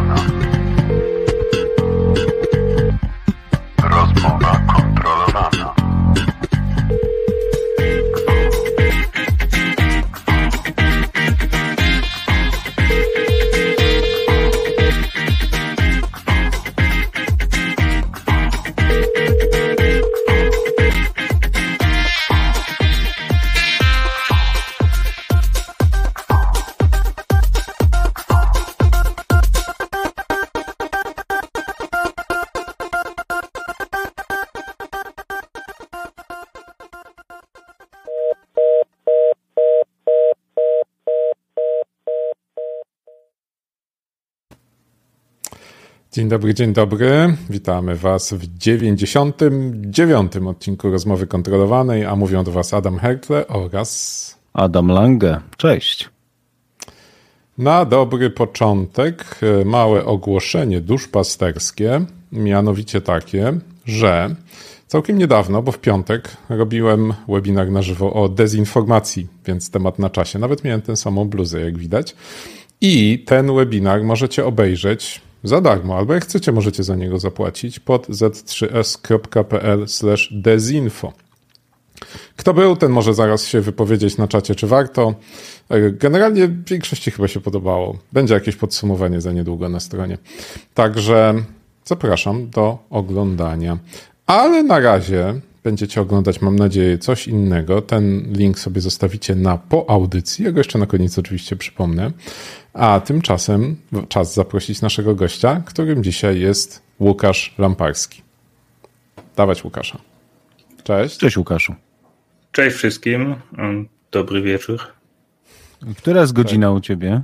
kontrolowana. Rozmowa kontrolowana. Dzień dobry. Witamy Was w 99. odcinku Rozmowy Kontrolowanej, a mówią do Was Adam Herkle oraz Adam Lange. Cześć. Na dobry początek małe ogłoszenie duszpasterskie, mianowicie takie, że całkiem niedawno, bo w piątek robiłem webinar na żywo o dezinformacji, więc temat na czasie. Nawet miałem tę samą bluzę, jak widać. I ten webinar możecie obejrzeć za darmo, albo jak chcecie, możecie za niego zapłacić pod z3s.pl/dezinfo. Kto był, ten może zaraz się wypowiedzieć na czacie, czy warto. Generalnie większości chyba się podobało. Będzie jakieś podsumowanie za niedługo na stronie. Także zapraszam do oglądania. Ale na razie będziecie oglądać, mam nadzieję, coś innego. Ten link sobie zostawicie po audycji. Ja go jeszcze na koniec oczywiście przypomnę. A tymczasem czas zaprosić naszego gościa, którym dzisiaj jest Łukasz Lamparski. Dawać Łukasza. Cześć. Cześć Łukaszu. Cześć wszystkim. Dobry wieczór. Która jest godzina u ciebie?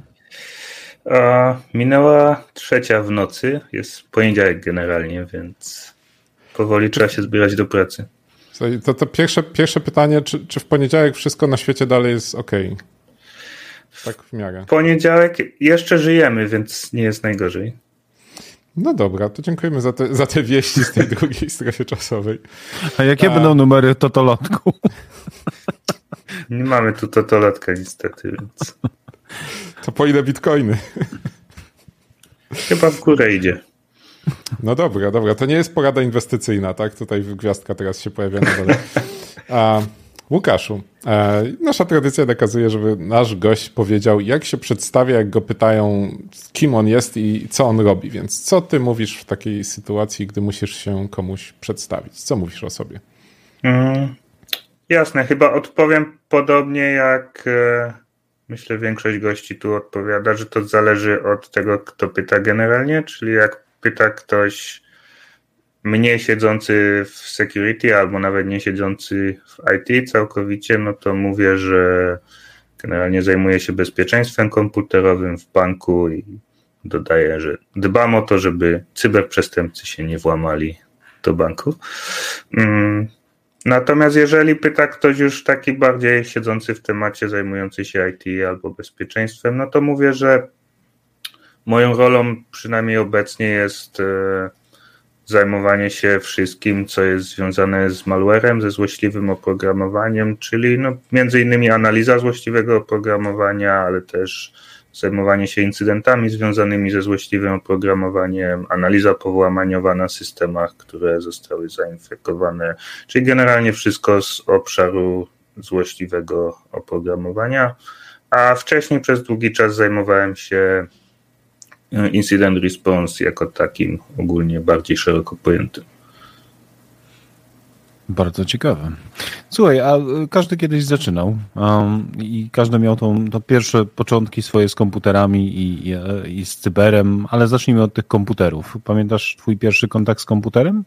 Minęła 3:00 w nocy. Jest poniedziałek generalnie, więc powoli trzeba się zbierać do pracy. To pierwsze pytanie, czy w poniedziałek wszystko na świecie dalej jest ok? Tak w miarę. Poniedziałek jeszcze żyjemy, więc nie jest najgorzej. No dobra, to dziękujemy za te wieści z tej drugiej strefy czasowej. A jakie będą numery totolotku? Nie mamy tu totolotka niestety, więc... To po ile bitcoiny? Chyba w górę idzie. No dobra. To nie jest porada inwestycyjna, tak? Tutaj gwiazdka teraz się pojawia na dole. Łukaszu, nasza tradycja nakazuje, żeby nasz gość powiedział, jak się przedstawia, jak go pytają, kim on jest i co on robi. Więc co ty mówisz w takiej sytuacji, gdy musisz się komuś przedstawić? Co mówisz o sobie? Jasne, chyba odpowiem podobnie jak myślę większość gości tu odpowiada, że to zależy od tego, kto pyta generalnie, czyli jak pyta ktoś mniej siedzący w security albo nawet nie siedzący w IT całkowicie, no to mówię, że generalnie zajmuję się bezpieczeństwem komputerowym w banku i dodaję, że dbam o to, żeby cyberprzestępcy się nie włamali do banku. Natomiast jeżeli pyta ktoś już taki bardziej siedzący w temacie, zajmujący się IT albo bezpieczeństwem, no to mówię, że moją rolą przynajmniej obecnie jest zajmowanie się wszystkim, co jest związane z malwarem, ze złośliwym oprogramowaniem, czyli między innymi analiza złośliwego oprogramowania, ale też zajmowanie się incydentami związanymi ze złośliwym oprogramowaniem, analiza powłamaniowa na systemach, które zostały zainfekowane, czyli generalnie wszystko z obszaru złośliwego oprogramowania, a wcześniej przez długi czas zajmowałem się incident response jako takim ogólnie bardziej szeroko pojętym. Bardzo ciekawe. Słuchaj, a każdy kiedyś zaczynał i każdy miał to pierwsze początki swoje z komputerami i z cyberem, ale zacznijmy od tych komputerów. Pamiętasz twój pierwszy kontakt z komputerem?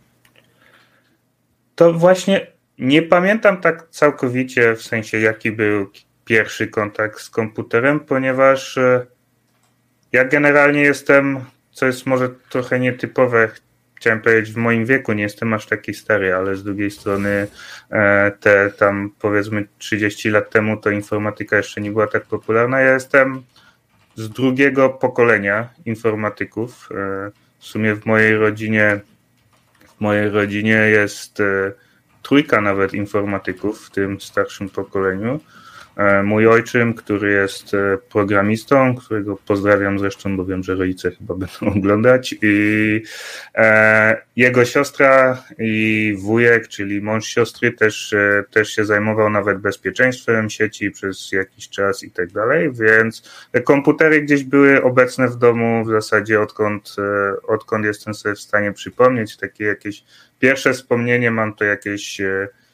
To właśnie nie pamiętam tak całkowicie, w sensie jaki był pierwszy kontakt z komputerem, ponieważ ja generalnie jestem, co jest może trochę nietypowe, chciałem powiedzieć w moim wieku, nie jestem aż taki stary, ale z drugiej strony te tam powiedzmy 30 lat temu to informatyka jeszcze nie była tak popularna. Ja jestem z drugiego pokolenia informatyków. W sumie w mojej rodzinie jest trójka nawet informatyków w tym starszym pokoleniu. mój ojczym, który jest programistą, którego pozdrawiam zresztą, bo wiem, że rodzice chyba będą oglądać, i jego siostra i wujek, czyli mąż siostry, też się zajmował nawet bezpieczeństwem sieci przez jakiś czas i tak dalej, więc komputery gdzieś były obecne w domu w zasadzie odkąd jestem sobie w stanie przypomnieć. Takie jakieś pierwsze wspomnienie mam to jakieś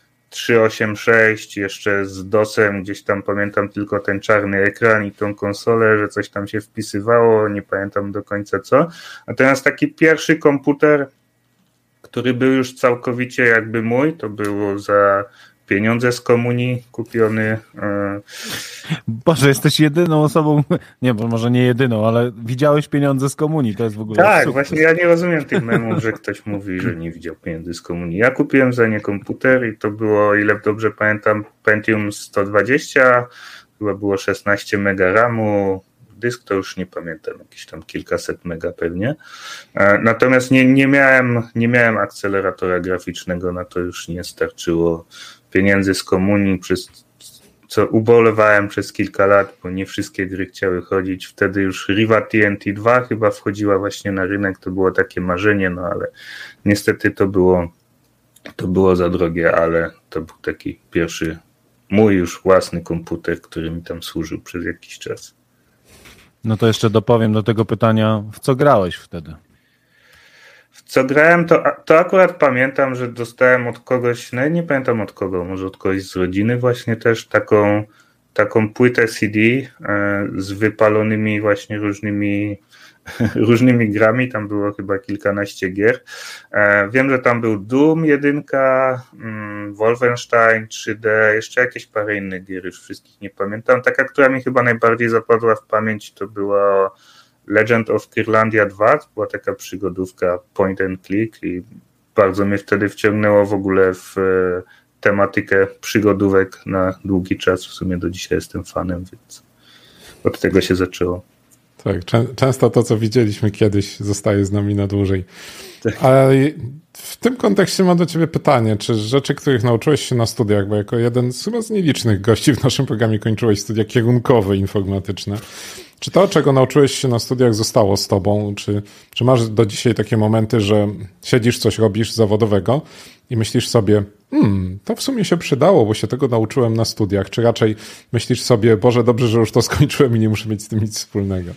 386 jeszcze z DOS-em, gdzieś tam pamiętam tylko ten czarny ekran i tą konsolę, że coś tam się wpisywało, nie pamiętam do końca co. Natomiast taki pierwszy komputer, który był już całkowicie jakby mój, to było za pieniądze z komunii kupiony. Boże, jesteś jedyną osobą, nie, bo może nie jedyną, ale widziałeś pieniądze z komunii, to jest w ogóle Tak, super. właśnie ja nie rozumiem tych memów, że ktoś mówi, że nie widział pieniędzy z komunii. Ja kupiłem za nie komputer i to było, ile dobrze pamiętam, Pentium 120, chyba było 16 mega RAMu, dysk to już nie pamiętam, jakieś tam kilkaset mega pewnie. Natomiast nie miałem akceleratora graficznego, na to już nie starczyło pieniędzy z komunii, co ubolewałem przez kilka lat, bo nie wszystkie gry chciały chodzić. Wtedy już Riva TNT 2 chyba wchodziła właśnie na rynek, to było takie marzenie, no ale niestety to było za drogie, ale to był taki pierwszy mój już własny komputer, który mi tam służył przez jakiś czas. No to jeszcze dopowiem do tego pytania, w co grałeś wtedy? W co grałem, to akurat pamiętam, że dostałem od kogoś, no nie pamiętam od kogo, może od kogoś z rodziny właśnie też taką płytę CD z wypalonymi właśnie różnymi grami, tam było chyba kilkanaście gier. Wiem, że tam był Doom 1, Wolfenstein 3D, jeszcze jakieś parę innych gier, już wszystkich nie pamiętam. Taka, która mi chyba najbardziej zapadła w pamięć, to była Legend of Kirlandia 2, to była taka przygodówka point and click i bardzo mnie wtedy wciągnęło w ogóle w tematykę przygodówek na długi czas. W sumie do dzisiaj jestem fanem, więc od tego się zaczęło. Tak, często to, co widzieliśmy kiedyś, zostaje z nami na dłużej. Ale w tym kontekście mam do ciebie pytanie, czy rzeczy, których nauczyłeś się na studiach, bo jako jeden z chyba z nielicznych gości w naszym programie kończyłeś studia kierunkowe informatyczne, czy to, czego nauczyłeś się na studiach, zostało z tobą? Czy masz do dzisiaj takie momenty, że siedzisz, coś robisz zawodowego i myślisz sobie, to w sumie się przydało, bo się tego nauczyłem na studiach, czy raczej myślisz sobie, Boże, dobrze, że już to skończyłem i nie muszę mieć z tym nic wspólnego?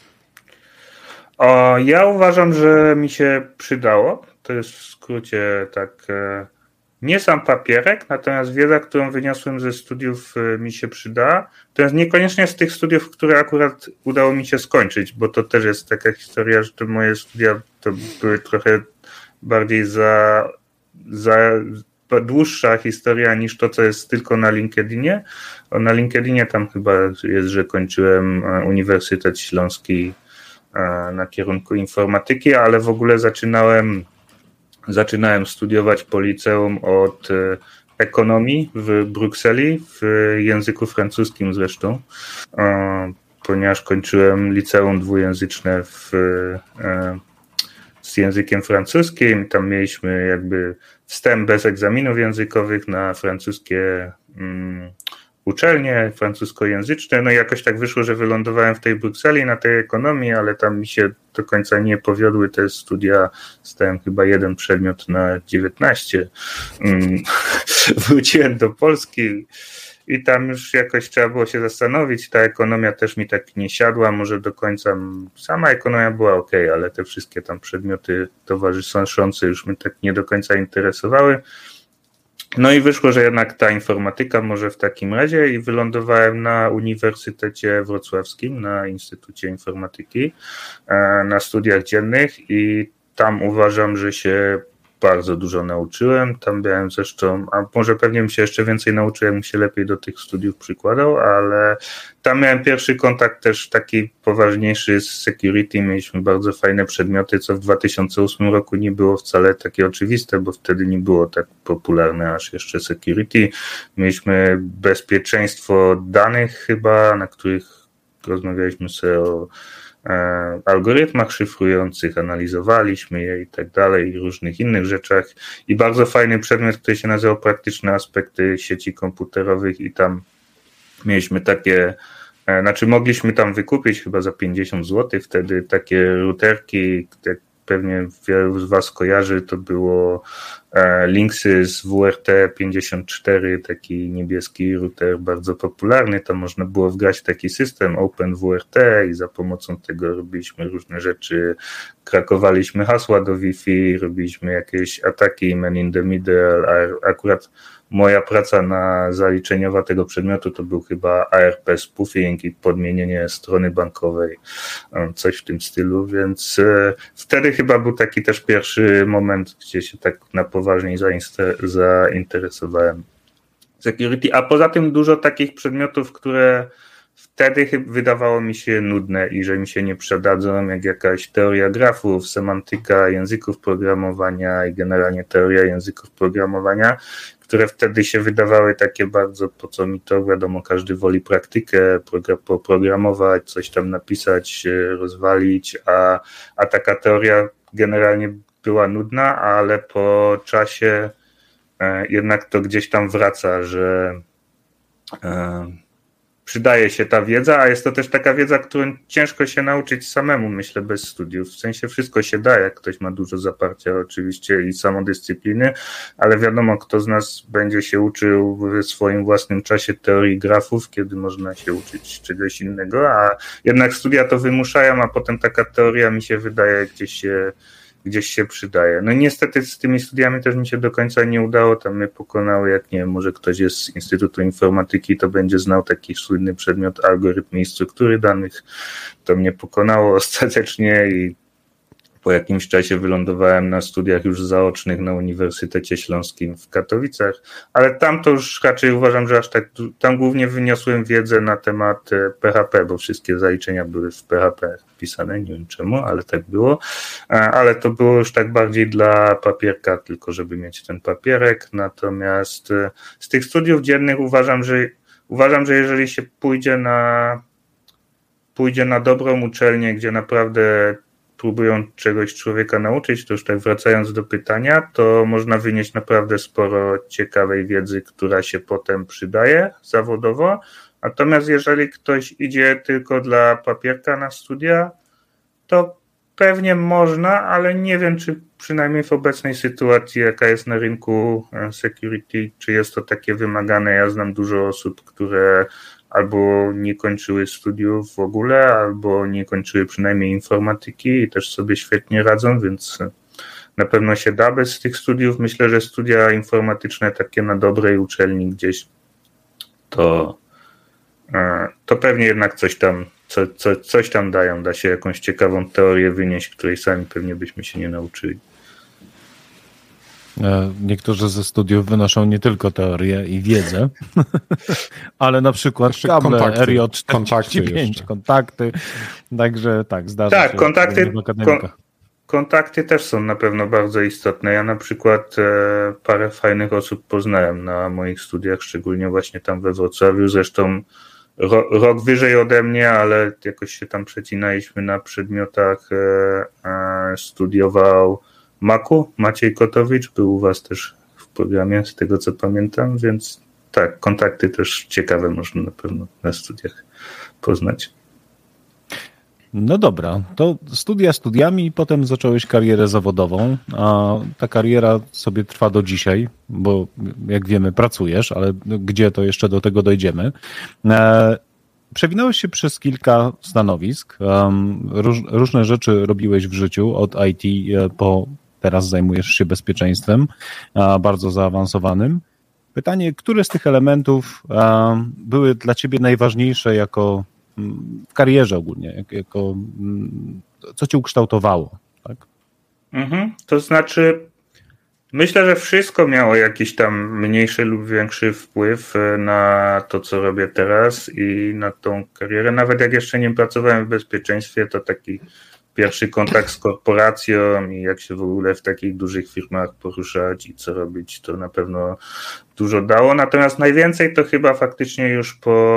Ja uważam, że mi się przydało. To jest w skrócie tak, nie sam papierek, natomiast wiedza, którą wyniosłem ze studiów, mi się przyda. To jest niekoniecznie z tych studiów, które akurat udało mi się skończyć, bo to też jest taka historia, że te moje studia to były trochę bardziej za dłuższa historia niż to, co jest tylko na LinkedInie. Na LinkedInie tam chyba jest, że kończyłem Uniwersytet Śląski na kierunku informatyki, ale w ogóle zaczynałem studiować po liceum od ekonomii w Brukseli, w języku francuskim zresztą, ponieważ kończyłem liceum dwujęzyczne z językiem francuskim. Tam mieliśmy jakby wstęp bez egzaminów językowych na francuskie uczelnie francuskojęzyczne, no i jakoś tak wyszło, że wylądowałem w tej Brukseli na tej ekonomii, ale tam mi się do końca nie powiodły te studia, stałem chyba jeden przedmiot na 19. Wróciłem do Polski i tam już jakoś trzeba było się zastanowić, ta ekonomia też mi tak nie siadła, może do końca, sama ekonomia była okej, ale te wszystkie tam przedmioty towarzyszące już mnie tak nie do końca interesowały. No i wyszło, że jednak ta informatyka może w takim razie i wylądowałem na Uniwersytecie Wrocławskim, na Instytucie Informatyki, na studiach dziennych i tam uważam, że się bardzo dużo nauczyłem. Tam miałem zresztą, a może pewnie bym się jeszcze więcej nauczył, jakbym się lepiej do tych studiów przykładał, ale tam miałem pierwszy kontakt też taki poważniejszy z security. Mieliśmy bardzo fajne przedmioty, co w 2008 roku nie było wcale takie oczywiste, bo wtedy nie było tak popularne aż jeszcze security. Mieliśmy bezpieczeństwo danych chyba, na których rozmawialiśmy sobie o algorytmach szyfrujących, analizowaliśmy je i tak dalej, i różnych innych rzeczach. I bardzo fajny przedmiot, który się nazywał Praktyczne aspekty sieci komputerowych i tam Mieliśmy takie, znaczy mogliśmy tam wykupić chyba za 50 zł wtedy takie routerki, jak pewnie wielu z Was kojarzy, to było Linksy z WRT54, taki niebieski router bardzo popularny, tam można było wgrać taki system OpenWRT i za pomocą tego robiliśmy różne rzeczy, krakowaliśmy hasła do Wi-Fi, robiliśmy jakieś ataki man in the middle, a akurat moja praca na zaliczeniowa tego przedmiotu to był chyba ARP spoofing i podmienienie strony bankowej, coś w tym stylu, więc wtedy chyba był taki też pierwszy moment, gdzie się tak na poważnie zainteresowałem security, a poza tym dużo takich przedmiotów, które wtedy wydawało mi się nudne i że mi się nie przydadzą, jak jakaś teoria grafów, semantyka języków programowania i generalnie teoria języków programowania, które wtedy się wydawały takie bardzo, po co mi to, wiadomo, każdy woli praktykę, poprogramować, coś tam napisać, rozwalić, a taka teoria generalnie była nudna, ale po czasie jednak to gdzieś tam wraca, że przydaje się ta wiedza, a jest to też taka wiedza, którą ciężko się nauczyć samemu, myślę, bez studiów. W sensie wszystko się da, jak ktoś ma dużo zaparcia oczywiście i samodyscypliny, ale wiadomo, kto z nas będzie się uczył w swoim własnym czasie teorii grafów, kiedy można się uczyć czegoś innego, a jednak studia to wymuszają, a potem taka teoria mi się wydaje gdzieś się przydaje. No niestety z tymi studiami też mi się do końca nie udało, tam mnie pokonały, jak nie wiem, może ktoś jest z Instytutu Informatyki, to będzie znał taki słynny przedmiot algorytmy i struktury danych, to mnie pokonało ostatecznie i po jakimś czasie wylądowałem na studiach już zaocznych na Uniwersytecie Śląskim w Katowicach, ale tam to już raczej uważam, że aż tak, tam głównie wyniosłem wiedzę na temat PHP, bo wszystkie zaliczenia były w PHP pisane, nie wiem czemu, ale tak było, ale to było już tak bardziej dla papierka, tylko żeby mieć ten papierek, natomiast z tych studiów dziennych uważam, że jeżeli się pójdzie na dobrą uczelnię, gdzie naprawdę próbują czegoś człowieka nauczyć, to już tak wracając do pytania, to można wynieść naprawdę sporo ciekawej wiedzy, która się potem przydaje zawodowo. Natomiast jeżeli ktoś idzie tylko dla papierka na studia, to pewnie można, ale nie wiem, czy przynajmniej w obecnej sytuacji, jaka jest na rynku security, czy jest to takie wymagane. Ja znam dużo osób, które albo nie kończyły studiów w ogóle, albo nie kończyły przynajmniej informatyki i też sobie świetnie radzą, więc na pewno się da bez tych studiów. Myślę, że studia informatyczne takie na dobrej uczelni gdzieś to pewnie jednak coś tam dają, da się jakąś ciekawą teorię wynieść, której sami pewnie byśmy się nie nauczyli. Niektórzy ze studiów wynoszą nie tylko teorię i wiedzę, ale na przykład kable RJ45, kontakty, także tak, zdarza się. Kontakty też są na pewno bardzo istotne. Ja na przykład parę fajnych osób poznałem na moich studiach, szczególnie właśnie tam we Wrocławiu, zresztą rok wyżej ode mnie, ale jakoś się tam przecinaliśmy na przedmiotach, studiował Maku, Maciej Kotowicz, był u Was też w programie, z tego co pamiętam, więc tak, kontakty też ciekawe można na pewno na studiach poznać. No dobra, to studia studiami i potem zacząłeś karierę zawodową, a ta kariera sobie trwa do dzisiaj, bo jak wiemy pracujesz, ale gdzie to jeszcze do tego dojdziemy. Przewinąłeś się przez kilka stanowisk, różne rzeczy robiłeś w życiu, od IT po teraz zajmujesz się bezpieczeństwem, bardzo zaawansowanym. Pytanie, które z tych elementów były dla ciebie najważniejsze jako w karierze ogólnie, jako co cię ukształtowało? Tak? To znaczy, myślę, że wszystko miało jakiś tam mniejszy lub większy wpływ na to, co robię teraz i na tą karierę. Nawet jak jeszcze nie pracowałem w bezpieczeństwie, to taki pierwszy kontakt z korporacją i jak się w ogóle w takich dużych firmach poruszać i co robić, to na pewno dużo dało. Natomiast najwięcej to chyba faktycznie już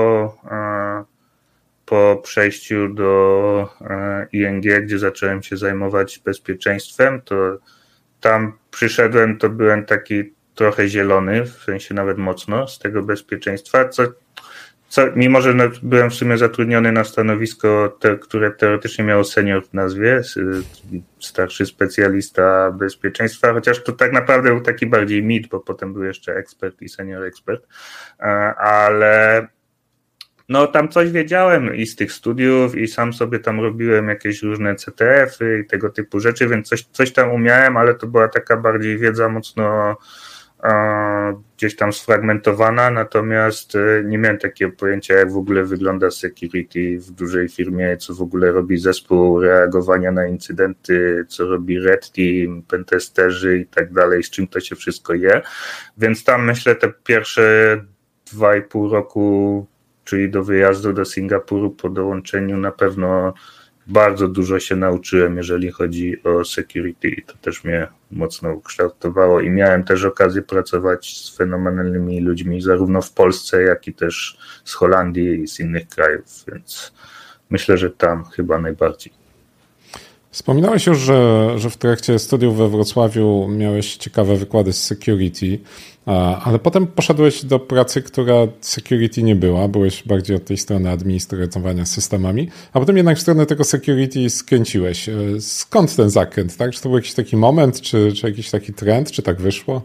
po przejściu do ING, gdzie zacząłem się zajmować bezpieczeństwem, to tam przyszedłem, to byłem taki trochę zielony, w sensie nawet mocno z tego bezpieczeństwa, mimo że byłem w sumie zatrudniony na stanowisko, które teoretycznie miało senior w nazwie, starszy specjalista bezpieczeństwa, chociaż to tak naprawdę był taki bardziej mit, bo potem był jeszcze ekspert i senior ekspert, ale no tam coś wiedziałem i z tych studiów i sam sobie tam robiłem jakieś różne CTF-y i tego typu rzeczy, więc coś tam umiałem, ale to była taka bardziej wiedza mocno gdzieś tam sfragmentowana, natomiast nie miałem takiego pojęcia, jak w ogóle wygląda security w dużej firmie, co w ogóle robi zespół reagowania na incydenty, co robi Red Team, pentesterzy i tak dalej, z czym to się wszystko je, więc tam myślę te pierwsze 2,5 roku, czyli do wyjazdu do Singapuru po dołączeniu, na pewno bardzo dużo się nauczyłem, jeżeli chodzi o security i to też mnie mocno ukształtowało i miałem też okazję pracować z fenomenalnymi ludźmi zarówno w Polsce, jak i też z Holandii i z innych krajów, więc myślę, że tam chyba najbardziej. Wspominałeś już, że w trakcie studiów we Wrocławiu miałeś ciekawe wykłady z security, ale potem poszedłeś do pracy, która security nie była, byłeś bardziej od tej strony administrowania systemami, a potem jednak w stronę tego security skręciłeś. Skąd ten zakręt, tak? Czy to był jakiś taki moment, czy jakiś taki trend, czy tak wyszło?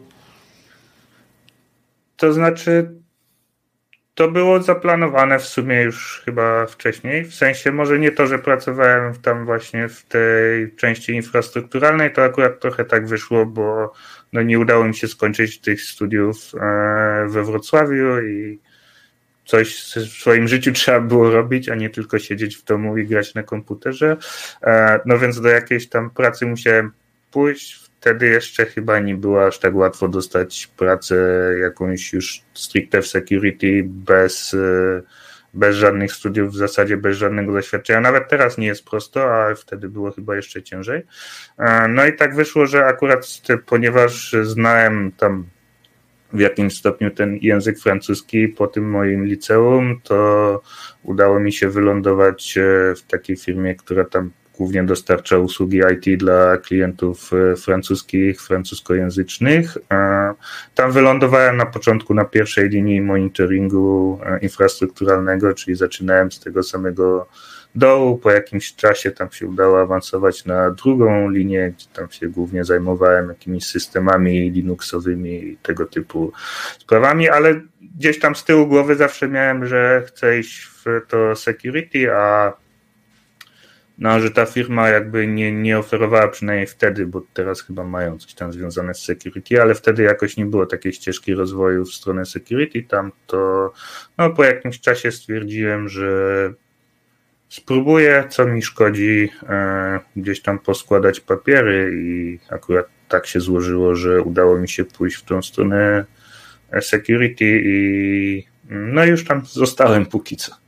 To znaczy, to było zaplanowane w sumie już chyba wcześniej, w sensie może nie to, że pracowałem tam właśnie w tej części infrastrukturalnej, to akurat trochę tak wyszło, bo no nie udało mi się skończyć tych studiów we Wrocławiu i coś w swoim życiu trzeba było robić, a nie tylko siedzieć w domu i grać na komputerze, no więc do jakiejś tam pracy musiałem pójść. Wtedy jeszcze chyba nie było aż tak łatwo dostać pracę jakąś już stricte w security bez żadnych studiów, w zasadzie bez żadnego doświadczenia. Nawet teraz nie jest prosto, a wtedy było chyba jeszcze ciężej. No i tak wyszło, że akurat ponieważ znałem tam w jakimś stopniu ten język francuski po tym moim liceum, to udało mi się wylądować w takiej firmie, która tam głównie dostarcza usługi IT dla klientów francuskich, francuskojęzycznych. Tam wylądowałem na początku na pierwszej linii monitoringu infrastrukturalnego, czyli zaczynałem z tego samego dołu. Po jakimś czasie tam się udało awansować na drugą linię, gdzie tam się głównie zajmowałem jakimiś systemami linuxowymi i tego typu sprawami, ale gdzieś tam z tyłu głowy zawsze miałem, że chcę iść w to security, a no, że ta firma jakby nie oferowała przynajmniej wtedy, bo teraz chyba mają coś tam związane z security, ale wtedy jakoś nie było takiej ścieżki rozwoju w stronę security, tam to no, po jakimś czasie stwierdziłem, że spróbuję, co mi szkodzi, gdzieś tam poskładać papiery i akurat tak się złożyło, że udało mi się pójść w tą stronę security i no już tam zostałem póki co.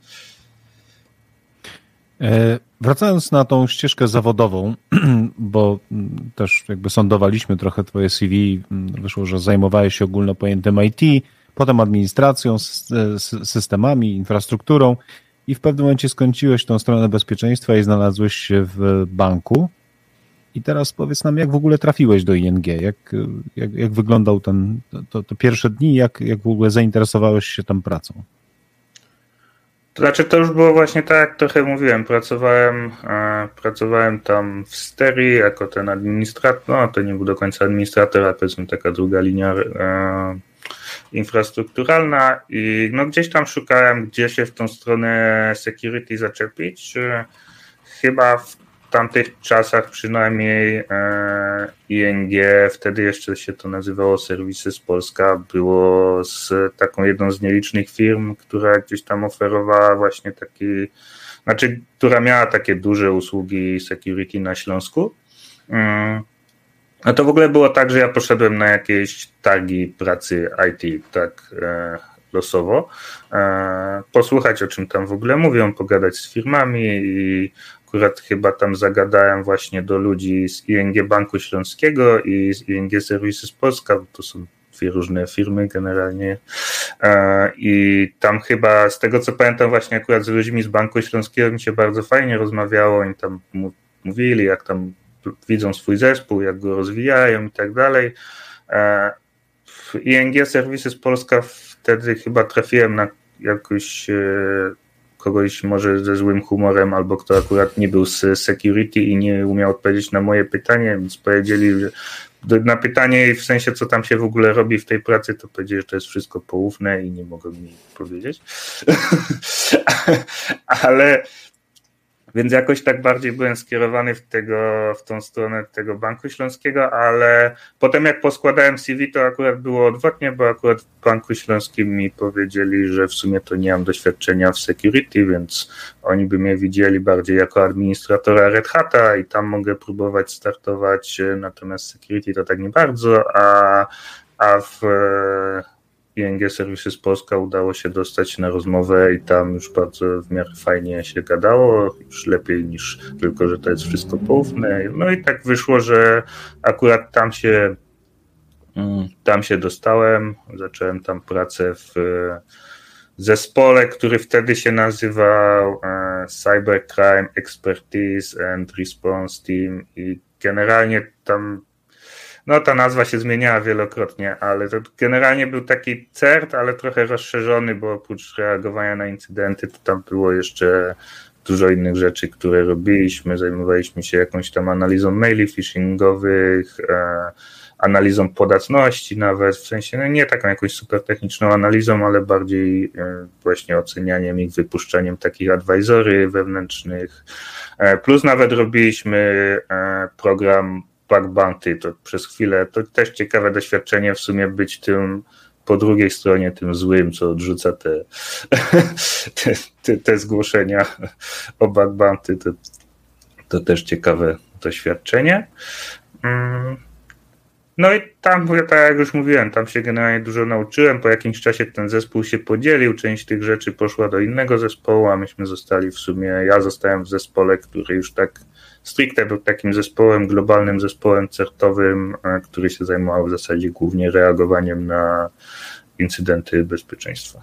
Wracając na tą ścieżkę zawodową, bo też jakby sondowaliśmy trochę twoje CV, wyszło, że zajmowałeś się ogólno pojętym IT, potem administracją, systemami, infrastrukturą i w pewnym momencie skończyłeś tą stronę bezpieczeństwa i znalazłeś się w banku. I teraz powiedz nam, jak w ogóle trafiłeś do ING? Jak wyglądał te pierwsze dni? Jak w ogóle zainteresowałeś się tam pracą? To znaczy, to już było właśnie tak, jak trochę mówiłem. Pracowałem tam w Sterii jako ten administrator, no to nie był do końca administrator, ale powiedzmy taka druga linia infrastrukturalna i no gdzieś tam szukałem, gdzie się w tą stronę security zaczepić. Chyba w tamtych czasach przynajmniej ING, wtedy jeszcze się to nazywało Services Polska, było z taką jedną z nielicznych firm, która gdzieś tam oferowała właśnie która miała takie duże usługi security na Śląsku. A to w ogóle było tak, że ja poszedłem na jakieś targi pracy IT, tak losowo, posłuchać o czym tam w ogóle mówią, pogadać z firmami i akurat chyba tam zagadałem właśnie do ludzi z ING Banku Śląskiego i z ING Services Polska, bo to są dwie różne firmy generalnie i tam chyba z tego co pamiętam właśnie akurat z ludźmi z Banku Śląskiego mi się bardzo fajnie rozmawiało, oni tam mówili jak tam widzą swój zespół, jak go rozwijają i tak dalej. W ING Services Polska wtedy chyba trafiłem na jakoś kogoś może ze złym humorem, albo kto akurat nie był z security i nie umiał odpowiedzieć na moje pytanie, więc powiedzieli, że na pytanie w sensie, co tam się w ogóle robi w tej pracy, to powiedzieli, że to jest wszystko poufne i nie mogą mi powiedzieć. Ale więc jakoś tak bardziej byłem skierowany w tą stronę tego Banku Śląskiego, ale potem jak poskładałem CV, to akurat było odwrotnie, bo akurat w Banku Śląskim mi powiedzieli, że w sumie to nie mam doświadczenia w security, więc oni by mnie widzieli bardziej jako administratora Red Hata i tam mogę próbować startować, natomiast security to tak nie bardzo, a w ING Services Polska udało się dostać na rozmowę i tam już bardzo w miarę fajnie się gadało, już lepiej niż tylko, że to jest wszystko poufne. No i tak wyszło, że akurat tam się dostałem, zacząłem tam pracę w zespole, który wtedy się nazywał Cybercrime Expertise and Response Team i generalnie tam ta nazwa się zmieniała wielokrotnie, ale to generalnie był taki CERT, ale trochę rozszerzony, bo oprócz reagowania na incydenty, to tam było jeszcze dużo innych rzeczy, które robiliśmy. Zajmowaliśmy się jakąś tam analizą maili phishingowych, analizą podatności nawet, w sensie nie taką jakąś super techniczną analizą, ale bardziej właśnie ocenianiem ich, wypuszczaniem takich advisory wewnętrznych. Plus nawet robiliśmy program Bug Bounty, to przez chwilę, to też ciekawe doświadczenie w sumie być tym po drugiej stronie, tym złym, co odrzuca te zgłoszenia o Bug Bounty, to też ciekawe doświadczenie. No i tam, tak jak już mówiłem, tam się generalnie dużo nauczyłem, po jakimś czasie ten zespół się podzielił, część tych rzeczy poszła do innego zespołu, a myśmy zostali w sumie, ja zostałem w zespole, który już tak stricte był takim zespołem, globalnym zespołem CERT-owym, który się zajmował w zasadzie głównie reagowaniem na incydenty bezpieczeństwa.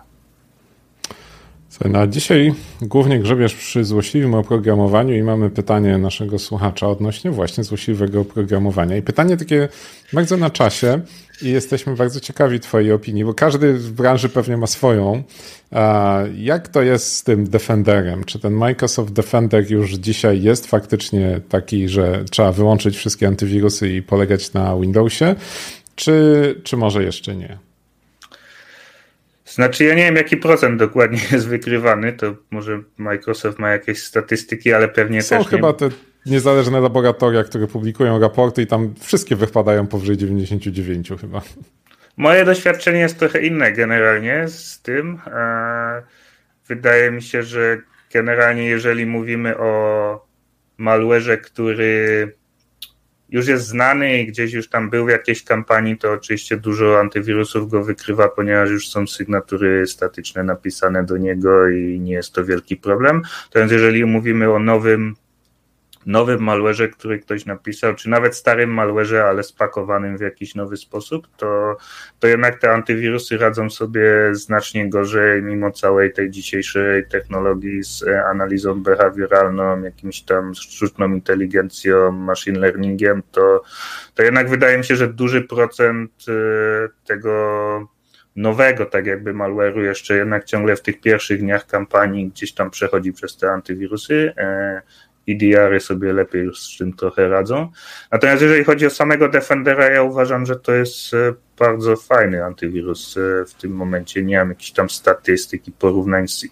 No a dzisiaj głównie grzebiesz przy złośliwym oprogramowaniu i mamy pytanie naszego słuchacza odnośnie właśnie złośliwego oprogramowania. I pytanie takie bardzo na czasie i jesteśmy bardzo ciekawi twojej opinii, bo każdy w branży pewnie ma swoją. Jak to jest z tym Defenderem? Czy ten Microsoft Defender już dzisiaj jest faktycznie taki, że trzeba wyłączyć wszystkie antywirusy i polegać na Windowsie? Czy może jeszcze nie? Znaczy ja nie wiem, jaki procent dokładnie jest wykrywany, to może Microsoft ma jakieś statystyki, ale pewnie są też chyba te niezależne laboratoria, które publikują raporty i tam wszystkie wypadają powyżej 99 chyba. Moje doświadczenie jest trochę inne generalnie z tym. Wydaje mi się, że generalnie jeżeli mówimy o malware'ze, który już jest znany i gdzieś już tam był w jakiejś kampanii, to oczywiście dużo antywirusów go wykrywa, ponieważ już są sygnatury statyczne napisane do niego i nie jest to wielki problem. To więc jeżeli mówimy o nowym malware'ze, który ktoś napisał, czy nawet starym malware'ze, ale spakowanym w jakiś nowy sposób, to jednak te antywirusy radzą sobie znacznie gorzej, mimo całej tej dzisiejszej technologii z analizą behawioralną, jakimś tam sztuczną inteligencją, machine learningiem, to jednak wydaje mi się, że duży procent tego nowego, tak jakby malware'u jeszcze jednak ciągle w tych pierwszych dniach kampanii gdzieś tam przechodzi przez te antywirusy. EDR-y sobie lepiej już z tym trochę radzą. Natomiast jeżeli chodzi o samego Defendera, ja uważam, że to jest bardzo fajny antywirus w tym momencie. Nie mam jakichś tam statystyk i porównań z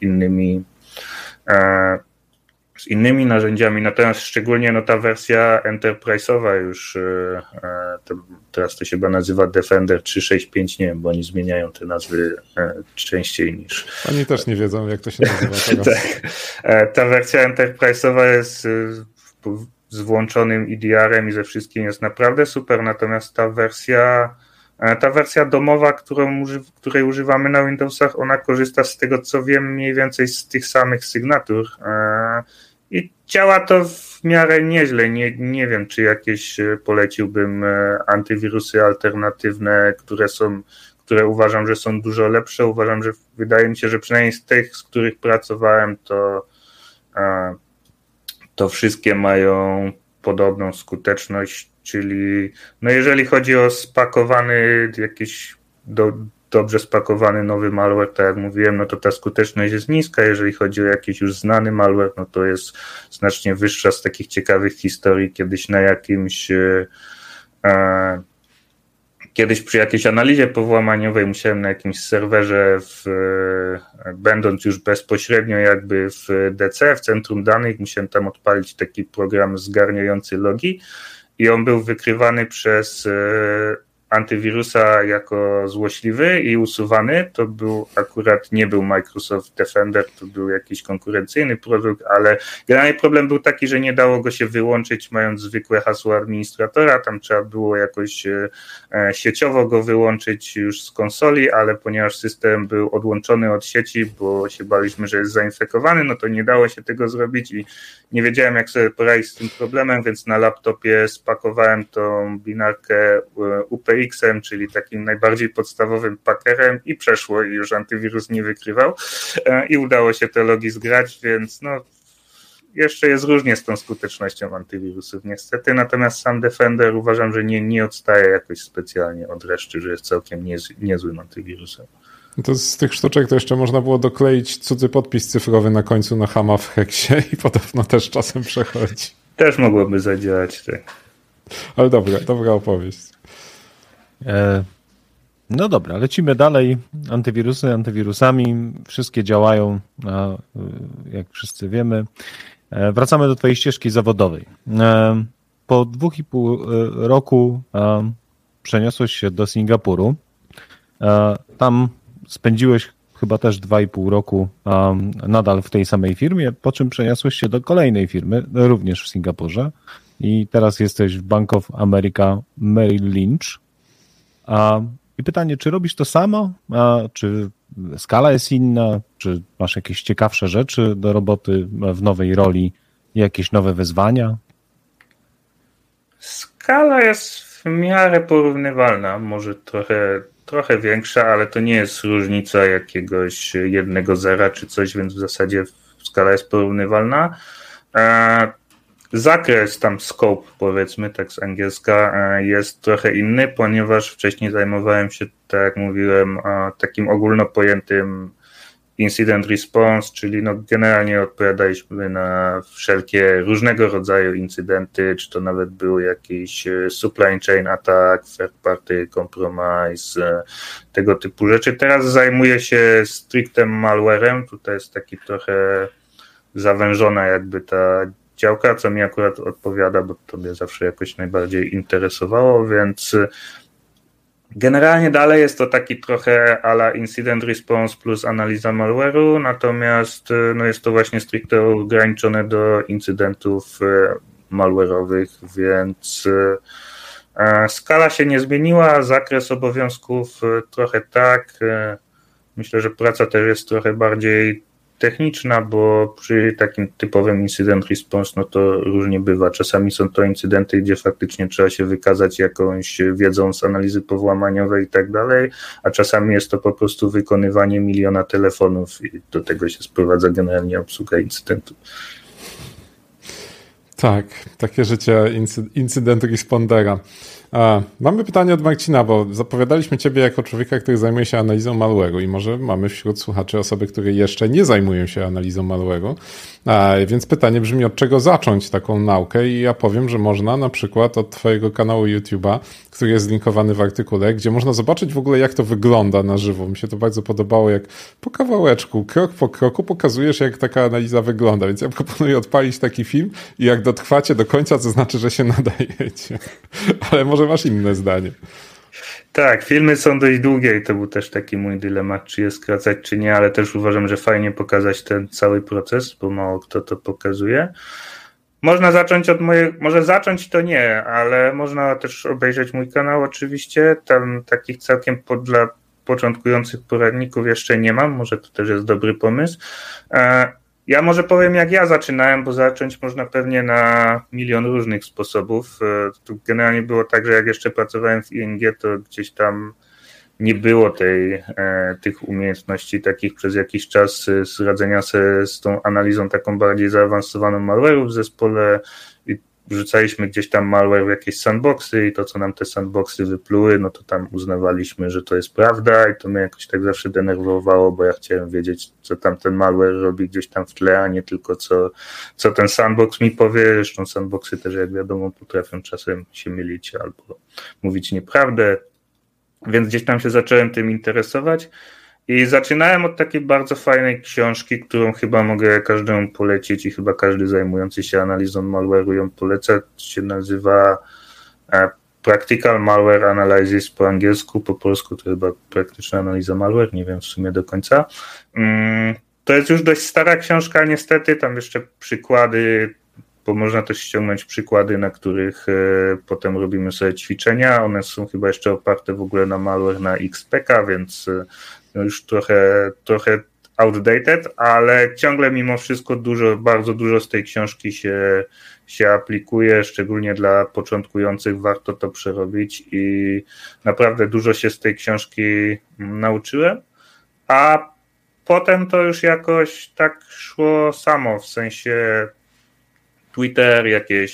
innymi narzędziami, natomiast szczególnie ta wersja enterprise'owa już, teraz to się chyba nazywa Defender 365, nie wiem, bo oni zmieniają te nazwy częściej niż... Oni też nie wiedzą, jak to się nazywa teraz. Tak. Ta wersja enterprise'owa jest z włączonym EDR-em i ze wszystkim jest naprawdę super, natomiast ta wersja domowa, której używamy na Windowsach, ona korzysta z tego, co wiem, mniej więcej z tych samych sygnatur i działa to w miarę nieźle. Nie wiem, czy jakieś poleciłbym antywirusy alternatywne, które uważam, że są dużo lepsze. Wydaje mi się, że przynajmniej z tych, z których pracowałem, to wszystkie mają podobną skuteczność, czyli jeżeli chodzi o spakowany jakiś dobrze spakowany nowy malware, tak jak mówiłem, no to ta skuteczność jest niska. Jeżeli chodzi o jakiś już znany malware, no to jest znacznie wyższa. Z takich ciekawych historii kiedyś na jakimś kiedyś przy jakiejś analizie powłamaniowej musiałem na jakimś serwerze, będąc już bezpośrednio jakby w DC, w centrum danych, musiałem tam odpalić taki program zgarniający logi i on był wykrywany przez antywirusa jako złośliwy i usuwany. To nie był Microsoft Defender, to był jakiś konkurencyjny produkt, ale generalnie problem był taki, że nie dało go się wyłączyć mając zwykłe hasło administratora, tam trzeba było jakoś sieciowo go wyłączyć już z konsoli, ale ponieważ system był odłączony od sieci, bo się baliśmy, że jest zainfekowany, no to nie dało się tego zrobić i nie wiedziałem, jak sobie poradzić z tym problemem, więc na laptopie spakowałem tą binarkę UPX-em, czyli takim najbardziej podstawowym packerem i przeszło i już antywirus nie wykrywał i udało się te logi zgrać, więc no jeszcze jest różnie z tą skutecznością antywirusów niestety, natomiast sam Defender uważam, że nie odstaje jakoś specjalnie od reszty, że jest całkiem niezłym antywirusem. To z tych sztuczek to jeszcze można było dokleić cudzy podpis cyfrowy na końcu na Hama w Heksie i podobno też czasem przechodzi. Też mogłoby zadziałać, tak. Ale dobra opowieść. No dobra, lecimy dalej. Antywirusy antywirusami. Wszystkie działają, jak wszyscy wiemy. Wracamy do twojej ścieżki zawodowej. Po 2,5 roku przeniosłeś się do Singapuru. Tam spędziłeś chyba też 2,5 roku nadal w tej samej firmie, po czym przeniosłeś się do kolejnej firmy, również w Singapurze i teraz jesteś w Bank of America Merrill Lynch. I pytanie, czy robisz to samo? Czy skala jest inna? Czy masz jakieś ciekawsze rzeczy do roboty w nowej roli? Jakieś nowe wyzwania? Skala jest w miarę porównywalna, może trochę większa, ale to nie jest różnica jakiegoś jednego zera czy coś, więc w zasadzie skala jest porównywalna. Zakres tam, scope powiedzmy, tak z angielska, jest trochę inny, ponieważ wcześniej zajmowałem się, tak jak mówiłem, takim ogólnopojętym incident response, czyli no generalnie odpowiadaliśmy na wszelkie różnego rodzaju incydenty, czy to nawet był jakiś supply chain attack, third party compromise, tego typu rzeczy. Teraz zajmuję się stricte malwarem, tutaj jest taki trochę zawężona jakby ta działka, co mi akurat odpowiada, bo to mnie zawsze jakoś najbardziej interesowało, więc generalnie dalej jest to taki trochę a la incident response plus analiza malware'u, natomiast no jest to właśnie stricte ograniczone do incydentów malware'owych, więc skala się nie zmieniła, zakres obowiązków trochę tak. Myślę, że praca też jest trochę bardziej techniczna, bo przy takim typowym incident response, no to różnie bywa. Czasami są to incydenty, gdzie faktycznie trzeba się wykazać jakąś wiedzą z analizy powłamaniowej i tak dalej, a czasami jest to po prostu wykonywanie miliona telefonów i do tego się sprowadza generalnie obsługa incydentu. Tak, takie życie incydent respondera. Mamy pytanie od Marcina, bo zapowiadaliśmy ciebie jako człowieka, który zajmuje się analizą malware'u i może mamy wśród słuchaczy osoby, które jeszcze nie zajmują się analizą malware'u, więc pytanie brzmi, od czego zacząć taką naukę i ja powiem, że można na przykład od twojego kanału YouTube'a, który jest linkowany w artykule, gdzie można zobaczyć w ogóle, jak to wygląda na żywo. Mi się to bardzo podobało, jak po kawałeczku, krok po kroku pokazujesz, jak taka analiza wygląda, więc ja proponuję odpalić taki film i jak dotrwacie do końca, to znaczy, że się nadajecie. Ale może masz inne zdanie. Tak, filmy są dość długie i to był też taki mój dylemat, czy je skracać, czy nie, ale też uważam, że fajnie pokazać ten cały proces, bo mało kto to pokazuje. Można zacząć może zacząć to nie, ale można też obejrzeć mój kanał oczywiście, tam takich całkiem dla początkujących poradników jeszcze nie mam, może to też jest dobry pomysł. Ja może powiem, jak ja zaczynałem, bo zacząć można pewnie na milion różnych sposobów. Tu generalnie było tak, że jak jeszcze pracowałem w ING, to gdzieś tam nie było tych umiejętności takich przez jakiś czas radzenia sobie z tą analizą taką bardziej zaawansowaną malware'u w zespole. I wrzucaliśmy gdzieś tam malware w jakieś sandboxy i to, co nam te sandboxy wypluły, no to tam uznawaliśmy, że to jest prawda i to mnie jakoś tak zawsze denerwowało, bo ja chciałem wiedzieć, co tam ten malware robi gdzieś tam w tle, a nie tylko co ten sandbox mi powie. Zresztą sandboxy też, jak wiadomo, potrafią czasem się mylić albo mówić nieprawdę, więc gdzieś tam się zacząłem tym interesować. I zaczynałem od takiej bardzo fajnej książki, którą chyba mogę każdemu polecić i chyba każdy zajmujący się analizą malware'u ją poleca. Się nazywa Practical Malware Analysis po angielsku, po polsku to chyba praktyczna analiza malware, nie wiem w sumie do końca. To jest już dość stara książka niestety, tam jeszcze przykłady, bo można też ściągnąć przykłady, na których potem robimy sobie ćwiczenia. One są chyba jeszcze oparte w ogóle na malware na XPK, więc no już trochę outdated, ale ciągle mimo wszystko bardzo dużo z tej książki się aplikuje, szczególnie dla początkujących warto to przerobić i naprawdę dużo się z tej książki nauczyłem, a potem to już jakoś tak szło samo, w sensie Twitter,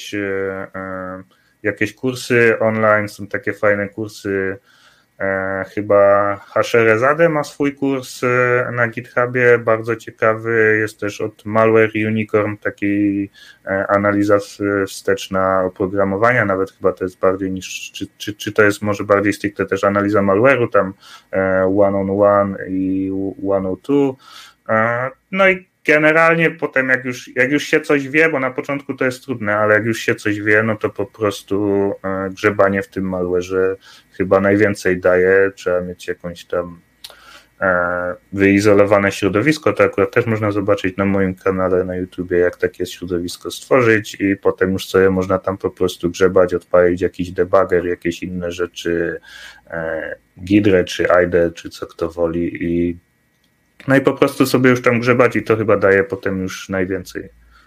jakieś kursy online, są takie fajne kursy, chyba Hasherezade ma swój kurs na GitHubie, bardzo ciekawy, jest też od Malware Unicorn taki analiza wsteczna oprogramowania, nawet chyba to jest bardziej niż, czy to jest może bardziej stricte też analiza malware'u, tam 101 i 102, no i generalnie potem jak już się coś wie, bo na początku to jest trudne, ale jak już się coś wie, no to po prostu grzebanie w tym malware'ze chyba najwięcej daje, trzeba mieć jakąś tam wyizolowane środowisko, to akurat też można zobaczyć na moim kanale na YouTubie, jak takie środowisko stworzyć i potem już sobie można tam po prostu grzebać, odpalić jakiś debugger, jakieś inne rzeczy, Gidrę czy IDE, czy co kto woli no i po prostu sobie już tam grzebać i to chyba daje potem już najwięcej.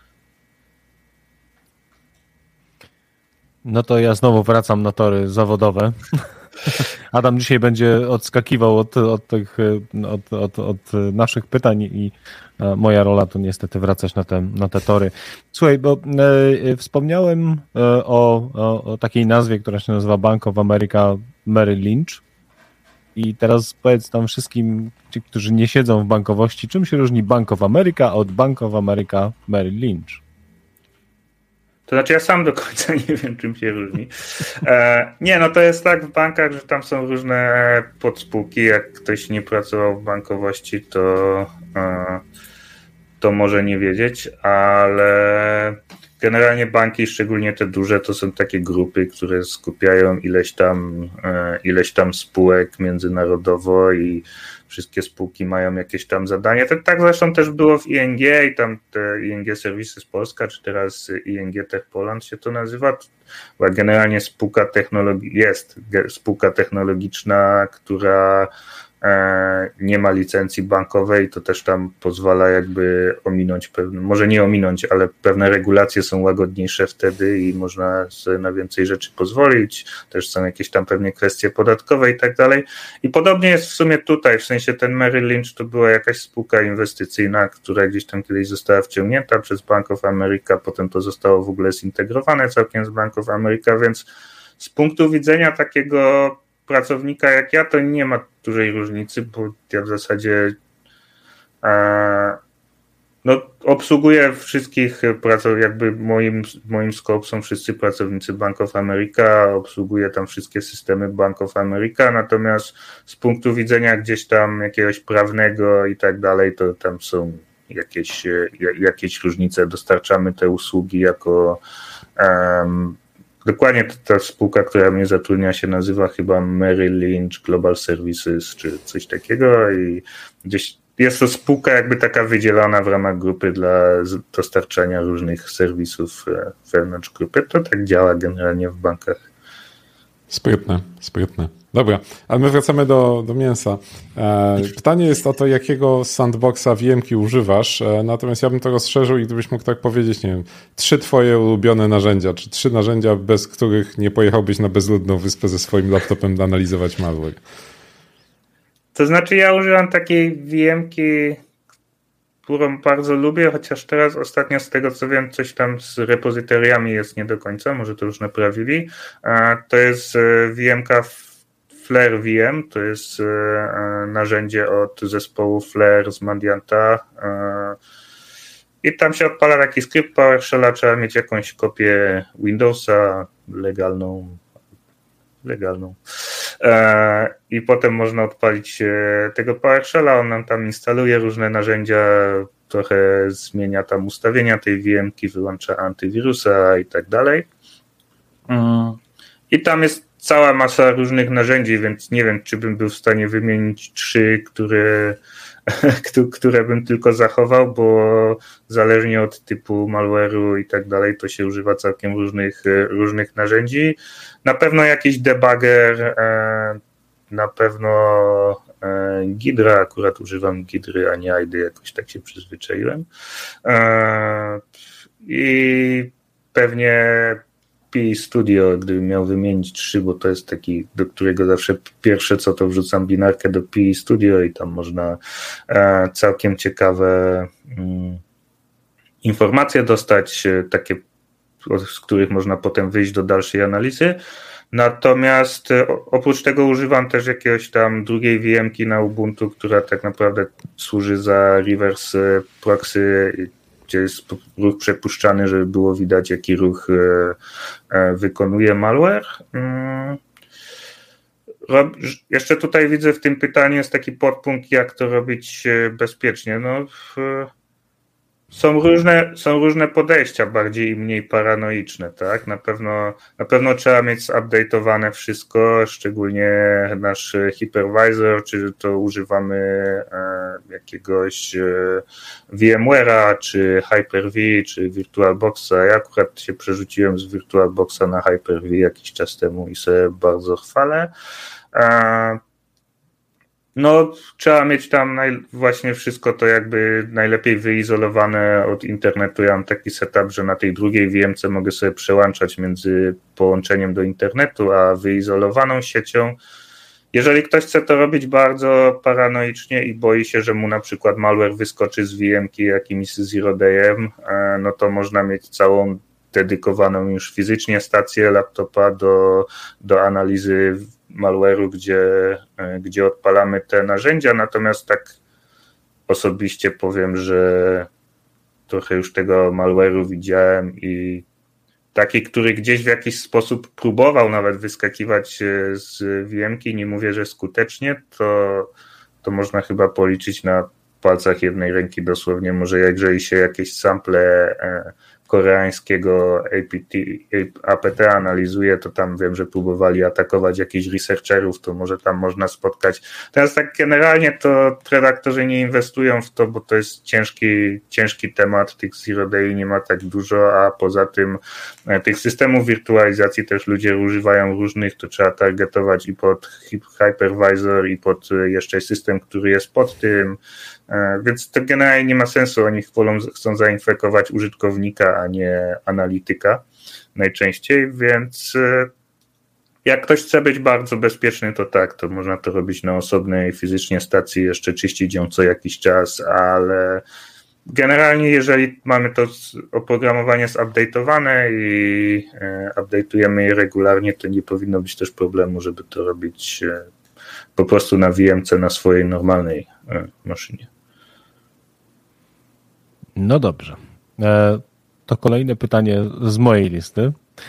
No to ja znowu wracam na tory zawodowe. Adam dzisiaj będzie odskakiwał od naszych pytań i moja rola to niestety wracać na te tory. Słuchaj, bo wspomniałem o takiej nazwie, która się nazywa Bank of America Merrill Lynch. I teraz powiedz tam wszystkim, ci, którzy nie siedzą w bankowości, czym się różni Bank of America od Bank of America Merrill Lynch? To znaczy ja sam do końca nie wiem, czym się różni. Nie, no to jest tak w bankach, że tam są różne podspółki. Jak ktoś nie pracował w bankowości, to może nie wiedzieć, ale generalnie banki, szczególnie te duże, to są takie grupy, które skupiają ileś tam spółek międzynarodowo i wszystkie spółki mają jakieś tam zadanie. Tak zresztą też było w ING i tam te ING Services Polska, czy teraz ING Tech Poland się to nazywa. Generalnie jest spółka technologiczna, która nie ma licencji bankowej, to też tam pozwala jakby ominąć może nie ominąć, ale pewne regulacje są łagodniejsze wtedy i można sobie na więcej rzeczy pozwolić, też są jakieś tam pewnie kwestie podatkowe i tak dalej. I podobnie jest w sumie tutaj, w sensie ten Merrill Lynch to była jakaś spółka inwestycyjna, która gdzieś tam kiedyś została wciągnięta przez Bank of America, potem to zostało w ogóle zintegrowane całkiem z Bank of America, więc z punktu widzenia takiego pracownika jak ja, to nie ma dużej różnicy, bo ja w zasadzie obsługuję wszystkich jakby moim scope są wszyscy pracownicy Bank of America, obsługuję tam wszystkie systemy Bank of America, natomiast z punktu widzenia gdzieś tam jakiegoś prawnego i tak dalej, to tam są jakieś różnice, dostarczamy te usługi jako dokładnie ta spółka, która mnie zatrudnia, się nazywa chyba Merrill Lynch Global Services czy coś takiego i gdzieś jest to spółka jakby taka wydzielona w ramach grupy dla dostarczania różnych serwisów wewnątrz grupy. To tak działa generalnie w bankach. Sprytne. Dobra, ale my wracamy do mięsa. Pytanie jest o to, jakiego sandboxa VM-ki używasz, natomiast ja bym to rozszerzył i gdybyś mógł tak powiedzieć, nie wiem, 3 twoje ulubione narzędzia, czy 3 narzędzia, bez których nie pojechałbyś na bezludną wyspę ze swoim laptopem analizować malware. To znaczy ja używam takiej VM-ki, którą bardzo lubię, chociaż teraz ostatnio z tego co wiem, coś tam z repozytoriami jest nie do końca, może to już naprawili. To jest VM-ka Flare VM, to jest narzędzie od zespołu Flare z Mandianta. I tam się odpala taki skrypt PowerShella, trzeba mieć jakąś kopię Windowsa legalną. I potem można odpalić tego PowerShella, on nam tam instaluje różne narzędzia, trochę zmienia tam ustawienia tej VM-ki, wyłącza antywirusa i tak dalej. I tam jest cała masa różnych narzędzi, więc nie wiem, czy bym był w stanie wymienić 3, które bym tylko zachował, bo zależnie od typu malware'u i tak dalej, to się używa całkiem różnych narzędzi. Na pewno jakiś debugger, na pewno Ghidra, akurat używam Ghidry, a nie ID, jakoś tak się przyzwyczaiłem. I pewnie Pi Studio, gdybym miał wymienić 3, bo to jest taki, do którego zawsze pierwsze co to wrzucam binarkę do Pi Studio i tam można całkiem ciekawe informacje dostać, takie, z których można potem wyjść do dalszej analizy. Natomiast oprócz tego używam też jakiegoś tam drugiej VM-ki na Ubuntu, która tak naprawdę służy za reverse proxy, gdzie jest ruch przepuszczany, żeby było widać, jaki ruch wykonuje malware. Jeszcze tutaj widzę w tym pytaniu jest taki podpunkt, jak to robić bezpiecznie. No, są różne podejścia, bardziej i mniej paranoiczne, tak? Na pewno trzeba mieć zupdate'owane wszystko, szczególnie nasz hypervisor, czy to używamy jakiegoś VMware'a, czy Hyper-V, czy VirtualBoxa. Ja akurat się przerzuciłem z VirtualBoxa na Hyper-V jakiś czas temu i sobie bardzo chwalę. No, trzeba mieć tam właśnie wszystko to jakby najlepiej wyizolowane od internetu. Ja mam taki setup, że na tej drugiej VM-ce mogę sobie przełączać między połączeniem do internetu a wyizolowaną siecią. Jeżeli ktoś chce to robić bardzo paranoicznie i boi się, że mu na przykład malware wyskoczy z VM-ki jakimś zero day'em, no to można mieć całą dedykowaną już fizycznie stację laptopa do analizy malware'u, gdzie odpalamy te narzędzia, natomiast tak osobiście powiem, że trochę już tego malware'u widziałem i taki, który gdzieś w jakiś sposób próbował nawet wyskakiwać z VM-ki, nie mówię, że skutecznie, to można chyba policzyć na palcach jednej ręki dosłownie, może jeżeli się jakieś sample koreańskiego APT analizuje, to tam wiem, że próbowali atakować jakichś researcherów, to może tam można spotkać. Teraz tak generalnie to redaktorzy nie inwestują w to, bo to jest ciężki temat, tych zero day nie ma tak dużo, a poza tym tych systemów wirtualizacji też ludzie używają różnych, to trzeba targetować i pod hypervisor i pod jeszcze system, który jest pod tym, więc to generalnie nie ma sensu, oni chcą zainfekować użytkownika, a nie analityka najczęściej, więc jak ktoś chce być bardzo bezpieczny, to tak, to można to robić na osobnej fizycznie stacji, jeszcze czyścić ją co jakiś czas, ale generalnie jeżeli mamy to oprogramowanie zupdate'owane i update'ujemy je regularnie, to nie powinno być też problemu, żeby to robić po prostu na VM-ce na swojej normalnej maszynie. No dobrze. To kolejne pytanie z mojej listy.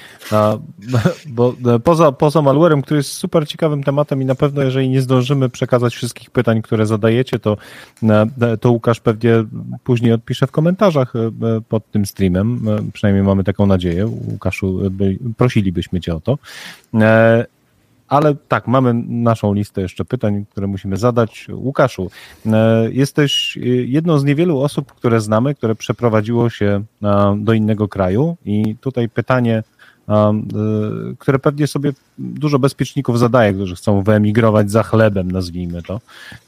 Bo poza malwarem, który jest super ciekawym tematem i na pewno jeżeli nie zdążymy przekazać wszystkich pytań, które zadajecie, to Łukasz pewnie później odpisze w komentarzach pod tym streamem. Przynajmniej mamy taką nadzieję. Łukaszu, prosilibyśmy cię o to. Ale tak, mamy naszą listę jeszcze pytań, które musimy zadać. Łukaszu, jesteś jedną z niewielu osób, które znamy, które przeprowadziło się do innego kraju i tutaj pytanie, które pewnie sobie dużo bezpieczników zadaje, którzy chcą wyemigrować za chlebem, nazwijmy to.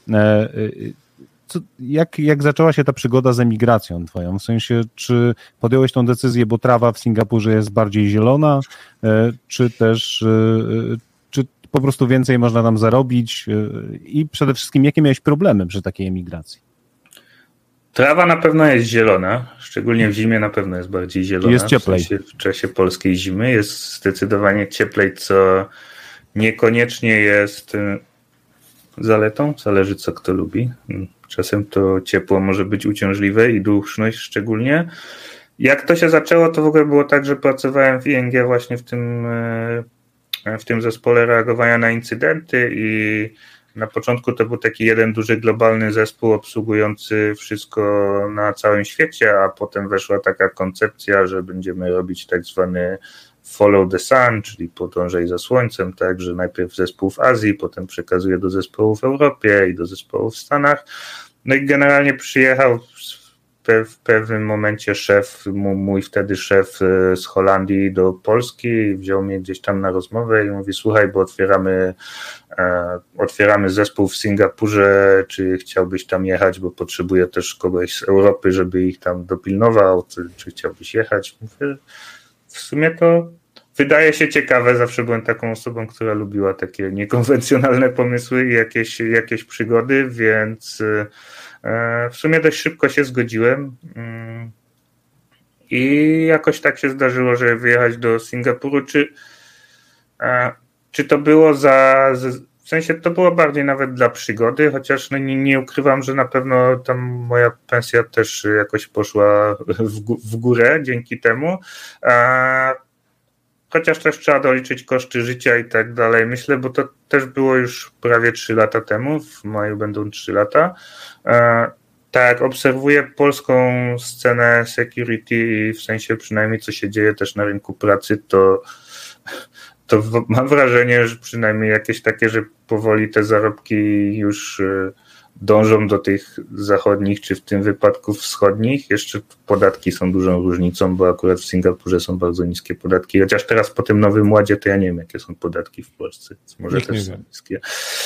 Jak zaczęła się ta przygoda z emigracją twoją? W sensie, czy podjąłeś tą decyzję, bo trawa w Singapurze jest bardziej zielona, czy też po prostu więcej można tam zarobić i przede wszystkim jakie miałeś problemy przy takiej emigracji? Trawa na pewno jest zielona, szczególnie w zimie na pewno jest bardziej zielona. Jest cieplej. W czasie polskiej zimy jest zdecydowanie cieplej, co niekoniecznie jest zaletą, zależy co kto lubi. Czasem to ciepło może być uciążliwe i duszność szczególnie. Jak to się zaczęło, to w ogóle było tak, że pracowałem w ING właśnie w tym zespole reagowania na incydenty i na początku to był taki jeden duży globalny zespół obsługujący wszystko na całym świecie, a potem weszła taka koncepcja, że będziemy robić tak zwany follow the sun, czyli podążaj za słońcem, tak, że najpierw zespół w Azji, potem przekazuje do zespołu w Europie i do zespołu w Stanach. No i generalnie przyjechał w pewnym momencie mój wtedy szef z Holandii do Polski, wziął mnie gdzieś tam na rozmowę i mówi, słuchaj, bo otwieramy zespół w Singapurze, czy chciałbyś tam jechać, bo potrzebuję też kogoś z Europy, żeby ich tam dopilnował, czy chciałbyś jechać? Mówię, w sumie to wydaje się ciekawe, zawsze byłem taką osobą, która lubiła takie niekonwencjonalne pomysły i jakieś przygody, więc w sumie dość szybko się zgodziłem i jakoś tak się zdarzyło, że wyjechać do Singapuru, czy to było w sensie to było bardziej nawet dla przygody, chociaż no nie ukrywam, że na pewno tam moja pensja też jakoś poszła w górę dzięki temu. Chociaż też trzeba doliczyć koszty życia i tak dalej. Myślę, bo to też było już prawie 3 lata temu, w maju będą 3 lata. Tak, obserwuję polską scenę security, w sensie przynajmniej co się dzieje też na rynku pracy, to mam wrażenie, że przynajmniej jakieś takie, że powoli te zarobki już dążą do tych zachodnich, czy w tym wypadku wschodnich. Jeszcze podatki są dużą różnicą, bo akurat w Singapurze są bardzo niskie podatki, chociaż teraz po tym Nowym Ładzie to ja nie wiem, jakie są podatki w Polsce, więc może też są niskie.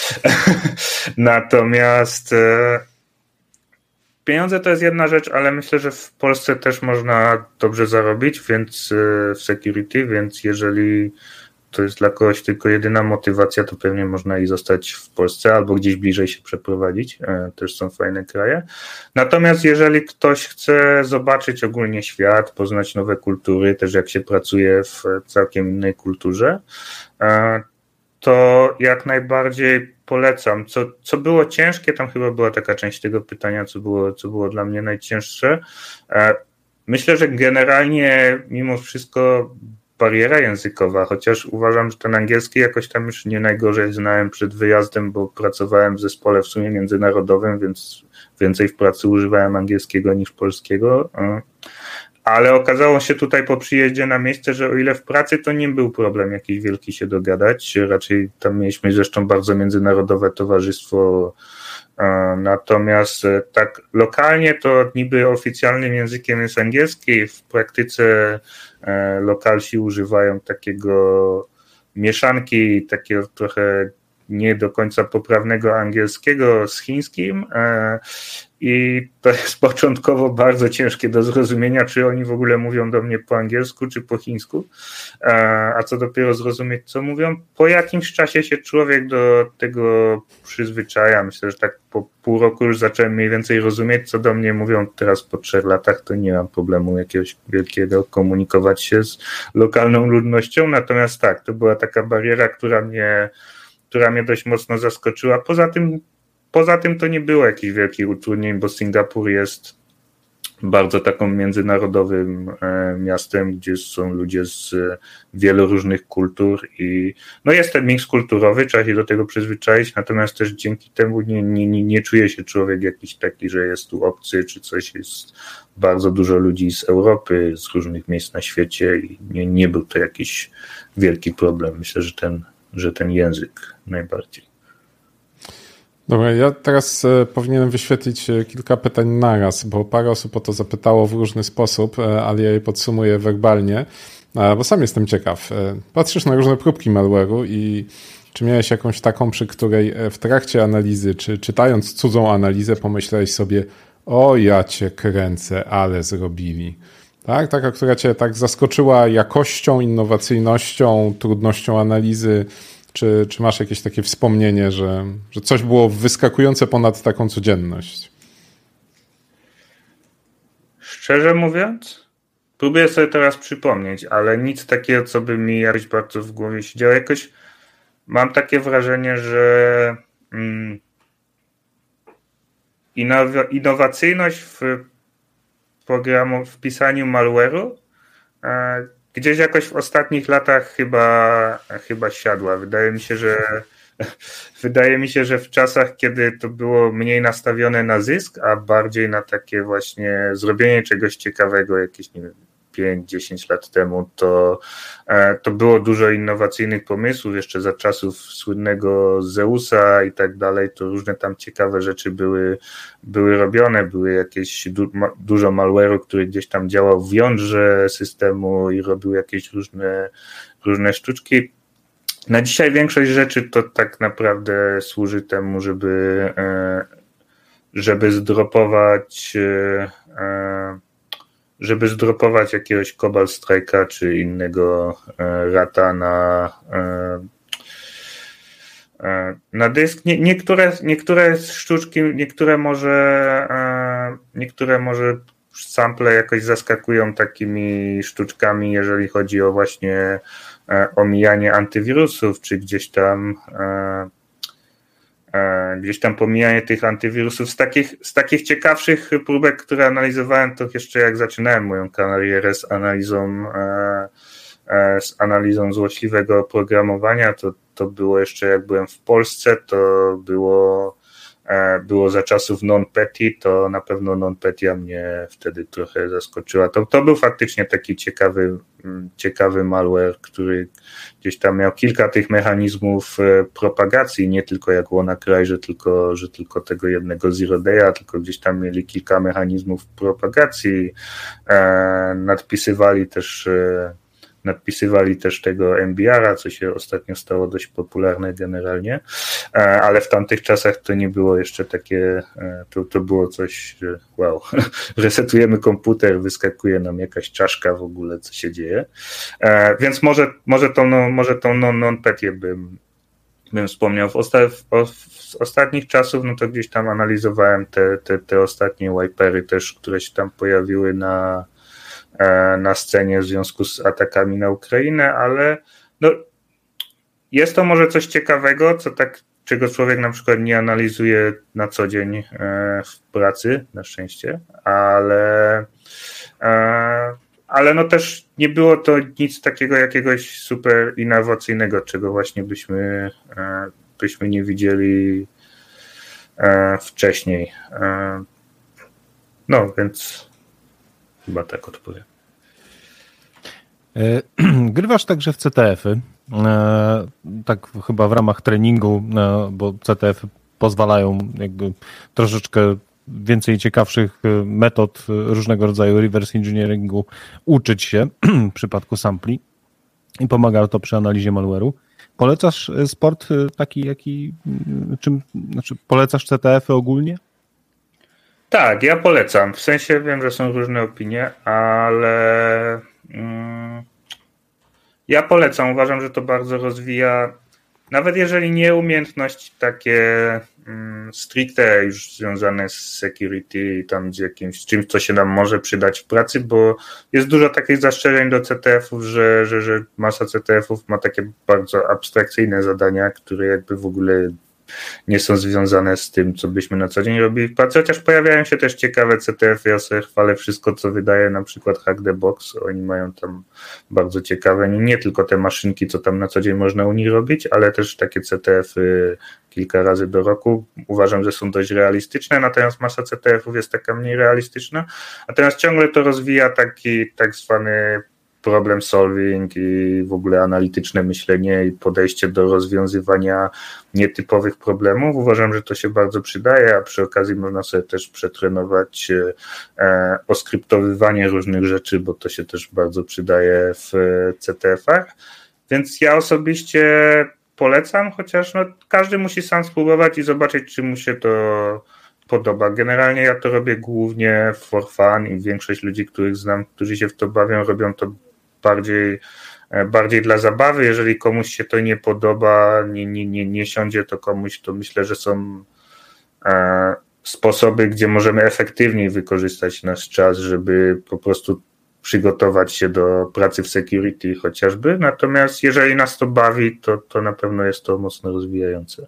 Natomiast pieniądze to jest jedna rzecz, ale myślę, że w Polsce też można dobrze zarobić, więc w security, więc jeżeli to jest dla kogoś tylko jedyna motywacja, to pewnie można i zostać w Polsce albo gdzieś bliżej się przeprowadzić. Też są fajne kraje. Natomiast jeżeli ktoś chce zobaczyć ogólnie świat, poznać nowe kultury, też jak się pracuje w całkiem innej kulturze, to jak najbardziej polecam. Co było ciężkie, tam chyba była taka część tego pytania, co było dla mnie najcięższe. Myślę, że generalnie mimo wszystko bariera językowa, chociaż uważam, że ten angielski jakoś tam już nie najgorzej znałem przed wyjazdem, bo pracowałem w zespole w sumie międzynarodowym, więc więcej w pracy używałem angielskiego niż polskiego, ale okazało się tutaj po przyjeździe na miejsce, że o ile w pracy to nie był problem jakiś wielki się dogadać, raczej tam mieliśmy zresztą bardzo międzynarodowe towarzystwo, natomiast tak lokalnie to niby oficjalnym językiem jest angielski, w praktyce lokalsi używają takiego mieszanki, takiego trochę nie do końca poprawnego angielskiego z chińskim i to jest początkowo bardzo ciężkie do zrozumienia, czy oni w ogóle mówią do mnie po angielsku, czy po chińsku, a co dopiero zrozumieć, co mówią. Po jakimś czasie się człowiek do tego przyzwyczaja. Myślę, że tak po pół roku już zacząłem mniej więcej rozumieć, co do mnie mówią. Teraz po 3 latach to nie mam problemu jakiegoś wielkiego komunikować się z lokalną ludnością, natomiast tak, to była taka bariera, która mnie dość mocno zaskoczyła. Poza tym to nie było jakichś wielkich utrudnień, bo Singapur jest bardzo taką międzynarodowym miastem, gdzie są ludzie z wielu różnych kultur i no jest ten miks kulturowy, trzeba się do tego przyzwyczaić, natomiast też dzięki temu nie czuje się człowiek jakiś taki, że jest tu obcy czy coś, jest bardzo dużo ludzi z Europy, z różnych miejsc na świecie i nie był to jakiś wielki problem. Myślę, że ten język najbardziej. Dobra, ja teraz powinienem wyświetlić kilka pytań naraz, bo parę osób o to zapytało w różny sposób, ale ja je podsumuję werbalnie, bo sam jestem ciekaw. Patrzysz na różne próbki malware'u i czy miałeś jakąś taką, przy której w trakcie analizy, czy czytając cudzą analizę pomyślałeś sobie, o ja cię kręcę, ale zrobili. Tak? Taka, która cię tak zaskoczyła jakością, innowacyjnością, trudnością analizy. Czy masz jakieś takie wspomnienie, że coś było wyskakujące ponad taką codzienność? Szczerze mówiąc, próbuję sobie teraz przypomnieć, ale nic takiego, co by mi jakoś bardzo w głowie siedziało. Jakoś mam takie wrażenie, że innowacyjność w pisaniu malware'u gdzieś jakoś w ostatnich latach chyba siadła. Wydaje mi się, że w czasach, kiedy to było mniej nastawione na zysk, a bardziej na takie właśnie zrobienie czegoś ciekawego, jakieś, nie wiem, 5-10 lat temu, to było dużo innowacyjnych pomysłów, jeszcze za czasów słynnego Zeusa i tak dalej, to różne tam ciekawe rzeczy były robione, były jakieś dużo malware'u, który gdzieś tam działał w jądrze systemu i robił jakieś różne sztuczki. Na dzisiaj większość rzeczy to tak naprawdę służy temu, żeby zdropować jakiegoś Cobalt Strike'a czy innego rata na dysk. Niektóre sztuczki, niektóre może sample jakoś zaskakują takimi sztuczkami, jeżeli chodzi o właśnie omijanie antywirusów, czy gdzieś tam pomijanie tych antywirusów. Z takich ciekawszych próbek, które analizowałem, to jeszcze jak zaczynałem moją karierę z analizą złośliwego oprogramowania, to było jeszcze jak byłem w Polsce, to było za czasów NotPetya, to na pewno NotPetya mnie wtedy trochę zaskoczyła. To był faktycznie taki ciekawy malware, który gdzieś tam miał kilka tych mechanizmów propagacji, nie tylko jak WannaCry, że tylko tego jednego Zero Day'a, tylko gdzieś tam mieli kilka mechanizmów propagacji, nadpisywali też tego MBR-a, co się ostatnio stało dość popularne generalnie, ale w tamtych czasach to nie było jeszcze takie, to było coś, że wow, resetujemy komputer, wyskakuje nam jakaś czaszka w ogóle, co się dzieje, więc może tą NotPetya bym wspomniał. Z ostatnich czasów, no to gdzieś tam analizowałem te ostatnie wipery też, które się tam pojawiły na scenie w związku z atakami na Ukrainę, ale no, jest to może coś ciekawego, czego człowiek na przykład nie analizuje na co dzień w pracy, na szczęście, ale no też nie było to nic takiego jakiegoś super innowacyjnego, czego właśnie byśmy nie widzieli wcześniej. No więc chyba tak odpowiem. Grywasz także w CTF-y, tak chyba w ramach treningu, bo CTF-y pozwalają jakby troszeczkę więcej ciekawszych metod różnego rodzaju reverse engineeringu uczyć się w przypadku sampli i pomaga to przy analizie malware'u. Polecasz sport taki, polecasz CTF-y ogólnie? Tak, ja polecam. W sensie wiem, że są różne opinie, ale ja polecam. Uważam, że to bardzo rozwija, nawet jeżeli nie umiejętności takie stricte już związane z security, tam z czymś, co się nam może przydać w pracy, bo jest dużo takich zastrzeżeń do CTF-ów, że masa CTF-ów ma takie bardzo abstrakcyjne zadania, które jakby w ogóle nie są związane z tym, co byśmy na co dzień robili w pracy, chociaż pojawiają się też ciekawe CTF-y, ja sobie chwalę wszystko, co wydaje na przykład Hack the Box, oni mają tam bardzo ciekawe, nie tylko te maszynki, co tam na co dzień można u nich robić, ale też takie CTF-y kilka razy do roku, uważam, że są dość realistyczne, natomiast masa CTF-ów jest taka mniej realistyczna, natomiast ciągle to rozwija taki tak zwany problem solving i w ogóle analityczne myślenie i podejście do rozwiązywania nietypowych problemów. Uważam, że to się bardzo przydaje, a przy okazji można sobie też przetrenować oskryptowywanie różnych rzeczy, bo to się też bardzo przydaje w CTF-ach. Więc ja osobiście polecam, chociaż no, każdy musi sam spróbować i zobaczyć, czy mu się to podoba. Generalnie ja to robię głównie for fun i większość ludzi, których znam, którzy się w to bawią, robią to bardziej dla zabawy. Jeżeli komuś się to nie podoba, nie siądzie to komuś, to myślę, że są sposoby, gdzie możemy efektywniej wykorzystać nasz czas, żeby po prostu przygotować się do pracy w security chociażby. Natomiast jeżeli nas to bawi, to na pewno jest to mocno rozwijające.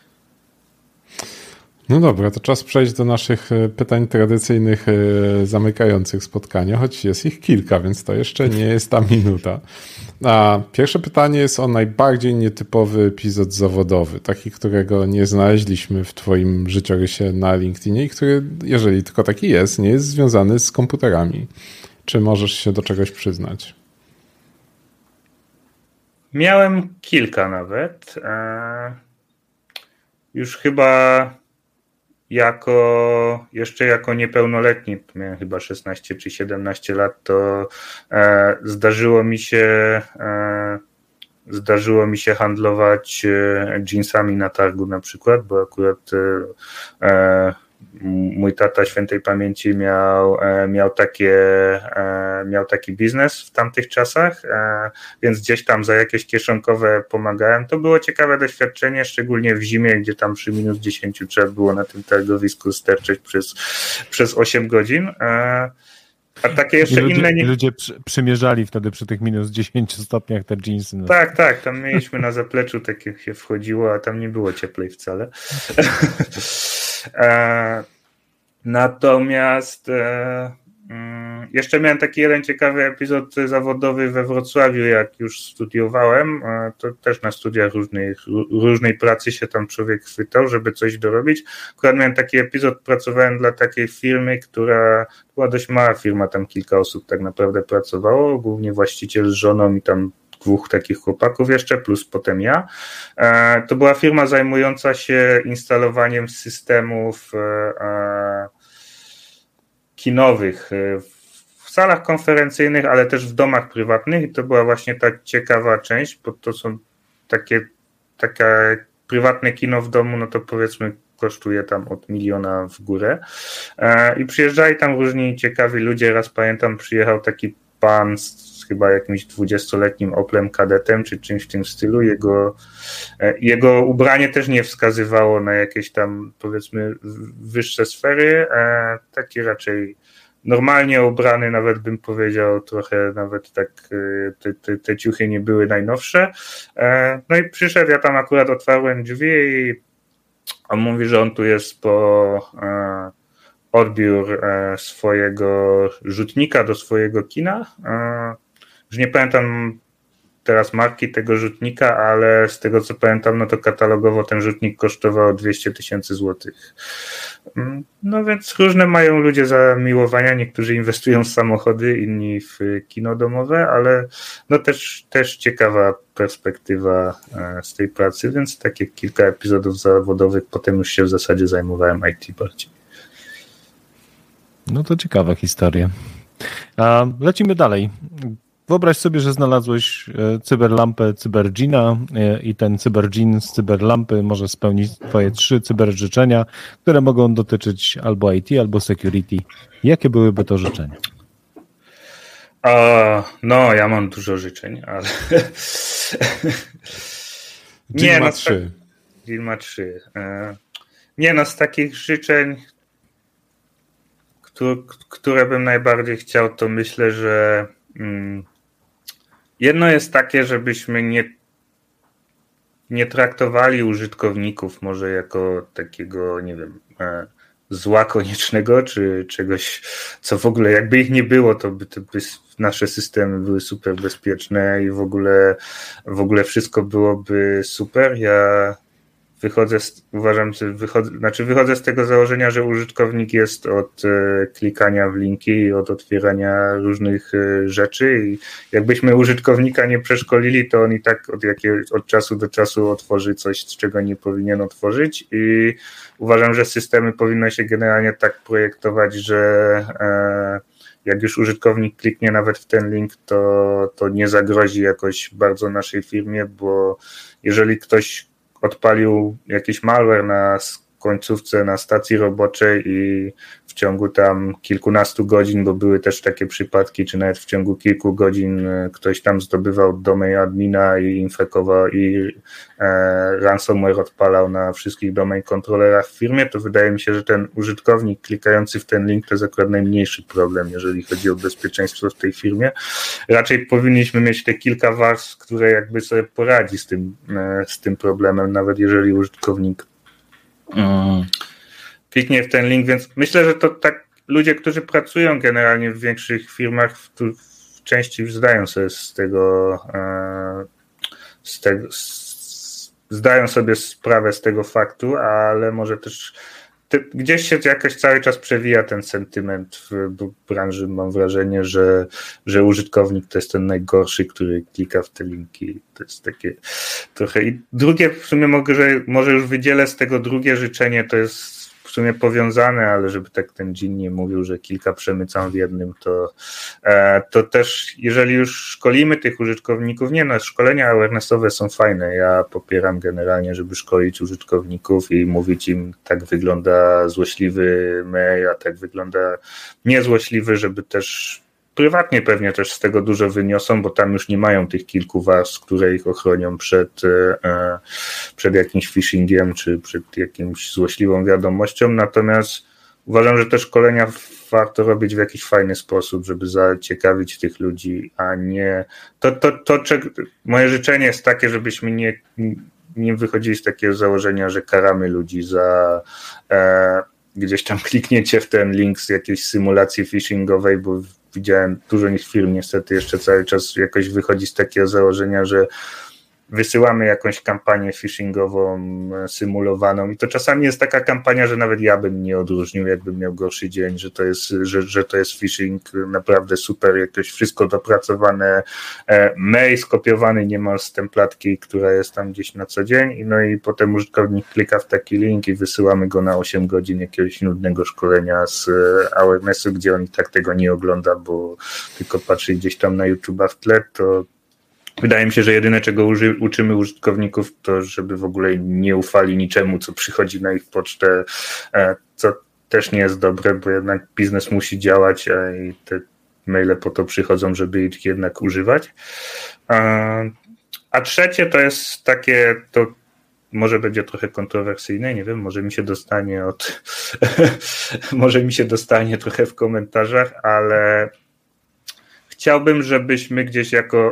No dobra, to czas przejść do naszych pytań tradycyjnych zamykających spotkania, choć jest ich kilka, więc to jeszcze nie jest ta minuta. A pierwsze pytanie jest o najbardziej nietypowy epizod zawodowy, taki, którego nie znaleźliśmy w twoim życiorysie na LinkedInie i który, jeżeli tylko taki jest, nie jest związany z komputerami. Czy możesz się do czegoś przyznać? Miałem kilka nawet. Już chyba jeszcze jako niepełnoletni, miałem chyba 16 czy 17 lat, to zdarzyło mi się handlować jeansami na targu na przykład, bo akurat mój tata świętej pamięci miał taki biznes w tamtych czasach, więc gdzieś tam za jakieś kieszonkowe pomagałem. To było ciekawe doświadczenie, szczególnie w zimie, gdzie tam przy minus 10 trzeba było na tym targowisku sterczeć przez 8 godzin. A takie jeszcze inne... Ludzie przymierzali wtedy przy tych minus 10 stopniach te jeansy. No. Tak, tam mieliśmy na zapleczu, takie się wchodziło, a tam nie było cieplej wcale. Natomiast jeszcze miałem taki jeden ciekawy epizod zawodowy we Wrocławiu, jak już studiowałem. To też na studiach różnej pracy się tam człowiek chwytał, żeby coś dorobić. Akurat miałem taki epizod, pracowałem dla takiej firmy, która była dość mała firma, tam kilka osób tak naprawdę pracowało, głównie właściciel z żoną i tam 2 takich chłopaków jeszcze, plus potem ja. To była firma zajmująca się instalowaniem systemów kinowych w salach konferencyjnych, ale też w domach prywatnych i to była właśnie ta ciekawa część, bo to są takie prywatne kino w domu, no to powiedzmy kosztuje tam od 1 miliona w górę i przyjeżdżali tam różni ciekawi ludzie. Raz pamiętam, przyjechał taki pan z chyba jakimś 20-letnim Oplem kadetem, czy czymś w tym stylu. Jego ubranie też nie wskazywało na jakieś tam, powiedzmy, wyższe sfery. Taki raczej normalnie ubrany, nawet bym powiedział, trochę nawet tak te ciuchy nie były najnowsze. No i przyszedł, ja tam akurat otwarłem drzwi i on mówi, że on tu jest po odbiór swojego rzutnika do swojego kina. Już nie pamiętam teraz marki tego rzutnika, ale z tego co pamiętam, no to katalogowo ten rzutnik kosztował 200 000 złotych. No więc różne mają ludzie zamiłowania, niektórzy inwestują w samochody, inni w kino domowe, ale no też ciekawa perspektywa z tej pracy, więc takie kilka epizodów zawodowych, potem już się w zasadzie zajmowałem IT bardziej. No to ciekawa historia. Lecimy dalej. Wyobraź sobie, że znalazłeś cyberlampę CyberGina i ten CyberGin z cyberlampy może spełnić twoje 3 cyberżyczenia, które mogą dotyczyć albo IT, albo security. Jakie byłyby to życzenia? No, ja mam dużo życzeń, ale... Gin ma 3. Gin ma 3. Nie no, z takich życzeń, które bym najbardziej chciał, to myślę, że jedno jest takie, żebyśmy nie traktowali użytkowników może jako takiego, nie wiem, zła koniecznego, czy czegoś, co w ogóle jakby ich nie było, to by nasze systemy były super bezpieczne i w ogóle wszystko byłoby super. Ja wychodzę z tego założenia, że użytkownik jest od klikania w linki i od otwierania różnych rzeczy i jakbyśmy użytkownika nie przeszkolili, to on i tak od czasu do czasu otworzy coś, z czego nie powinien otworzyć i uważam, że systemy powinno się generalnie tak projektować, że jak już użytkownik kliknie nawet w ten link, to nie zagrozi jakoś bardzo naszej firmie, bo jeżeli ktoś odpalił jakiś malware na końcówce na stacji roboczej i w ciągu tam kilkunastu godzin, bo były też takie przypadki, czy nawet w ciągu kilku godzin ktoś tam zdobywał domain admina i infekował i ransomware odpalał na wszystkich domain kontrolerach w firmie, to wydaje mi się, że ten użytkownik klikający w ten link to jest akurat najmniejszy problem, jeżeli chodzi o bezpieczeństwo w tej firmie. Raczej powinniśmy mieć te kilka warstw, które jakby sobie poradzi z tym problemem, nawet jeżeli użytkownik kliknie w ten link, więc myślę, że to tak ludzie, którzy pracują generalnie w większych firmach w części zdają sobie zdają sobie sprawę z tego faktu, ale może też gdzieś się jakoś cały czas przewija ten sentyment w branży. Mam wrażenie, że użytkownik to jest ten najgorszy, który klika w te linki. To jest takie trochę. I drugie, w sumie może już wydzielę z tego drugie życzenie, to jest w sumie powiązane, ale żeby tak ten Jean nie mówił, że kilka przemycam w jednym, to też jeżeli już szkolimy tych użytkowników, szkolenia awarenessowe są fajne, ja popieram generalnie, żeby szkolić użytkowników i mówić im, tak wygląda złośliwy mail, a tak wygląda niezłośliwy, żeby też prywatnie pewnie też z tego dużo wyniosą, bo tam już nie mają tych kilku warstw, które ich ochronią przed jakimś phishingiem, czy przed jakimś złośliwą wiadomością, natomiast uważam, że te szkolenia warto robić w jakiś fajny sposób, żeby zaciekawić tych ludzi, a nie... Moje życzenie jest takie, żebyśmy nie wychodzili z takiego założenia, że karamy ludzi za gdzieś tam kliknięcie w ten link z jakiejś symulacji phishingowej, bo widziałem dużo firm niestety jeszcze cały czas jakoś wychodzi z takiego założenia, że wysyłamy jakąś kampanię phishingową symulowaną i to czasami jest taka kampania, że nawet ja bym nie odróżnił, jakbym miał gorszy dzień, że to jest phishing naprawdę super, jakoś wszystko dopracowane, mail skopiowany niemal z templatki, która jest tam gdzieś na co dzień, no i potem użytkownik klika w taki link i wysyłamy go na 8 godzin jakiegoś nudnego szkolenia z awarenessu, gdzie on i tak tego nie ogląda, bo tylko patrzy gdzieś tam na YouTube'a w tle, to wydaje mi się, że jedyne, czego uczymy użytkowników, to żeby w ogóle nie ufali niczemu, co przychodzi na ich pocztę, co też nie jest dobre, bo jednak biznes musi działać i te maile po to przychodzą, żeby ich jednak używać. A trzecie to jest takie, to może będzie trochę kontrowersyjne, nie wiem, może mi się dostanie trochę w komentarzach, ale chciałbym, żebyśmy gdzieś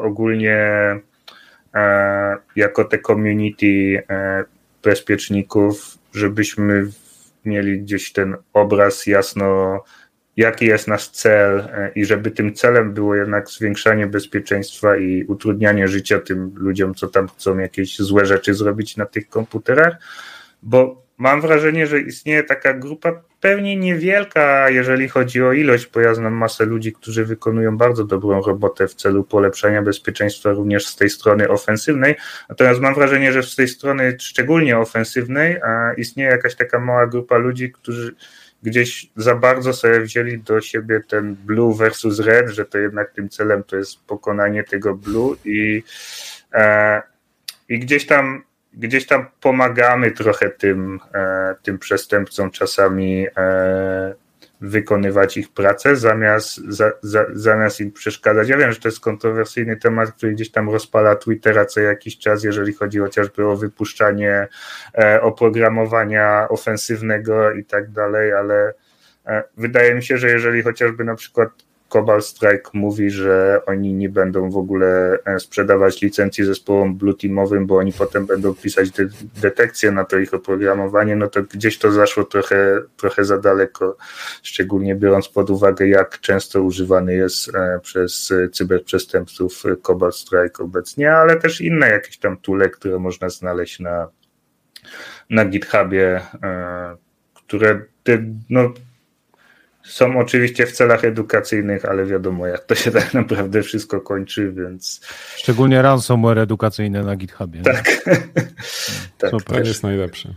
jako te community bezpieczników, żebyśmy mieli gdzieś ten obraz jasno, jaki jest nasz cel i żeby tym celem było jednak zwiększanie bezpieczeństwa i utrudnianie życia tym ludziom, co tam chcą jakieś złe rzeczy zrobić na tych komputerach, bo mam wrażenie, że istnieje taka grupa pewnie niewielka, jeżeli chodzi o ilość, bo ja znam masę ludzi, którzy wykonują bardzo dobrą robotę w celu polepszania bezpieczeństwa również z tej strony ofensywnej, natomiast mam wrażenie, że z tej strony szczególnie ofensywnej istnieje jakaś taka mała grupa ludzi, którzy gdzieś za bardzo sobie wzięli do siebie ten blue versus red, że to jednak tym celem to jest pokonanie tego blue i gdzieś tam pomagamy trochę tym przestępcom czasami wykonywać ich pracę, zamiast im przeszkadzać. Ja wiem, że to jest kontrowersyjny temat, który gdzieś tam rozpala Twittera co jakiś czas, jeżeli chodzi chociażby o wypuszczanie oprogramowania ofensywnego i tak dalej, ale wydaje mi się, że jeżeli chociażby na przykład Cobalt Strike mówi, że oni nie będą w ogóle sprzedawać licencji zespołom Blue Teamowym, bo oni potem będą pisać detekcję na to ich oprogramowanie, no to gdzieś to zaszło trochę za daleko, szczególnie biorąc pod uwagę, jak często używany jest przez cyberprzestępców Cobalt Strike obecnie, ale też inne jakieś tam toole, które można znaleźć na GitHubie, które są oczywiście w celach edukacyjnych, ale wiadomo, jak to się tak naprawdę wszystko kończy, więc... Szczególnie ransomware edukacyjne na GitHubie. Tak. Tak. To jest najlepsze.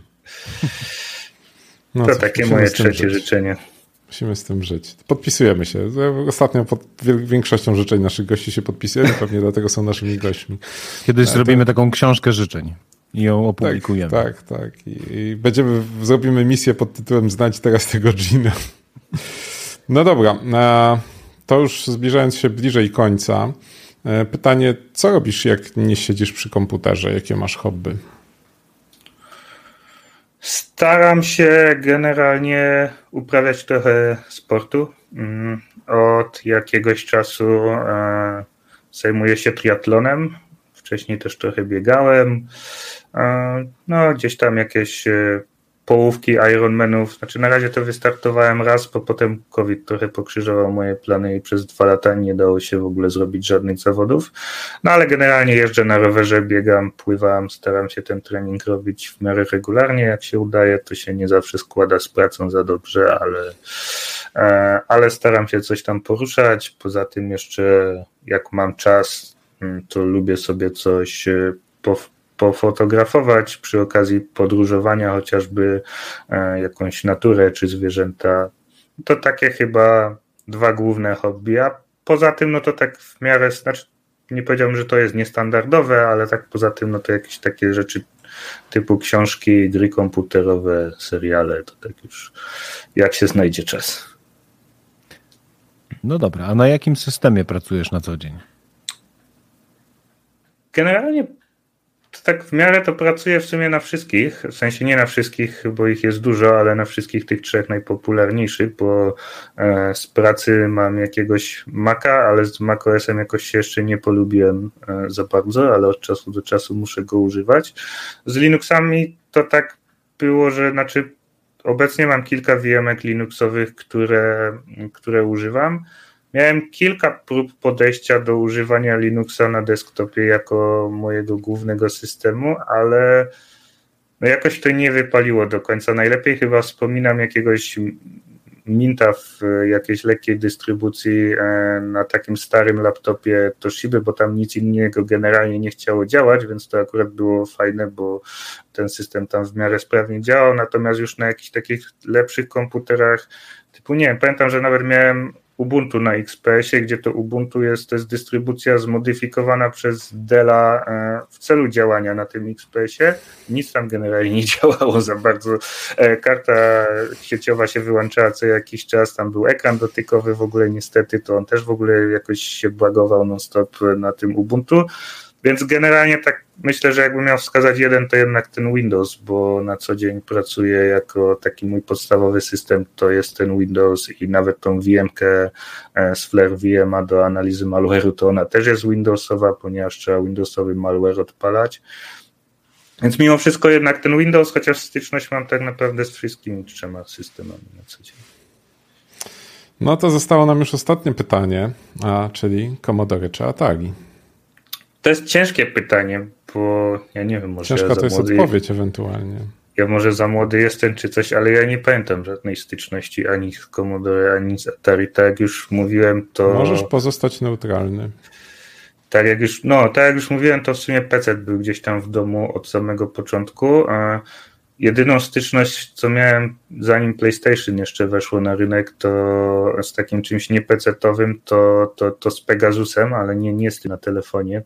No to takie moje trzecie życzenie. Musimy z tym żyć. Podpisujemy się. Ostatnio pod większością życzeń naszych gości się podpisujemy, pewnie dlatego są naszymi gośćmi. Kiedyś zrobimy taką książkę życzeń. i ją opublikujemy. Tak. I zrobimy misję pod tytułem Znać teraz tego Gina. No dobra, to już zbliżając się bliżej końca, pytanie, co robisz, jak nie siedzisz przy komputerze? Jakie masz hobby? Staram się generalnie uprawiać trochę sportu. Od jakiegoś czasu zajmuję się triatlonem. Wcześniej też trochę biegałem. No, gdzieś tam jakieś połówki Ironmanów. Znaczy na razie to wystartowałem raz, bo potem COVID trochę pokrzyżował moje plany i przez 2 lata nie dało się w ogóle zrobić żadnych zawodów. No ale generalnie jeżdżę na rowerze, biegam, pływam, staram się ten trening robić w miarę regularnie. Jak się udaje, to się nie zawsze składa z pracą za dobrze, ale staram się coś tam poruszać. Poza tym jeszcze jak mam czas, to lubię sobie coś pofotografować przy okazji podróżowania, chociażby jakąś naturę czy zwierzęta. To takie chyba 2 główne hobby, a poza tym no to tak w miarę, znaczy nie powiedziałbym, że to jest niestandardowe, ale tak poza tym no to jakieś takie rzeczy typu książki, gry komputerowe, seriale, to tak już jak się znajdzie czas. No dobra, a na jakim systemie pracujesz na co dzień? Generalnie to tak w miarę to pracuję w sumie na wszystkich, w sensie nie na wszystkich, bo ich jest dużo, ale na wszystkich tych 3 najpopularniejszych, bo z pracy mam jakiegoś Maca, ale z macOS-em jakoś się jeszcze nie polubiłem za bardzo, ale od czasu do czasu muszę go używać. Z Linuxami to tak było, że znaczy obecnie mam kilka VM-ek Linuxowych, które używam. Miałem kilka prób podejścia do używania Linuxa na desktopie jako mojego głównego systemu, ale no jakoś to nie wypaliło do końca. Najlepiej chyba wspominam jakiegoś Minta w jakiejś lekkiej dystrybucji na takim starym laptopie Toshiby, bo tam nic innego generalnie nie chciało działać, więc to akurat było fajne, bo ten system tam w miarę sprawnie działał, natomiast już na jakichś takich lepszych komputerach typu, nie wiem, pamiętam, że nawet miałem Ubuntu na XPS-ie, gdzie to Ubuntu to jest dystrybucja zmodyfikowana przez Della w celu działania na tym XPS-ie. Nic tam generalnie nie działało za bardzo. Karta sieciowa się wyłączała co jakiś czas, tam był ekran dotykowy w ogóle niestety, to on też w ogóle jakoś się bagował non-stop na tym Ubuntu. Więc generalnie tak myślę, że jakbym miał wskazać jeden, to jednak ten Windows, bo na co dzień pracuję jako taki mój podstawowy system, to jest ten Windows i nawet tą VM-kę z Flare VM-a do analizy malware'u, to ona też jest Windowsowa, ponieważ trzeba Windowsowy malware odpalać. Więc mimo wszystko jednak ten Windows, chociaż styczność mam tak naprawdę z wszystkimi 3 systemami na co dzień. No to zostało nam już ostatnie pytanie, czyli Commodore czy Atari? To jest ciężkie pytanie, bo ja nie wiem, może ciężka ja to jest odpowiedź ewentualnie. Ja może za młody jestem czy coś, ale ja nie pamiętam żadnej styczności ani z Commodore, ani z Atari. Tak jak już mówiłem, to... Możesz pozostać neutralny. Tak jak już mówiłem, to w sumie PC był gdzieś tam w domu od samego początku. Jedyną styczność, co miałem zanim PlayStation jeszcze weszło na rynek, to z takim czymś nie PC-towym, to z Pegasusem, ale nie z tym na telefonie,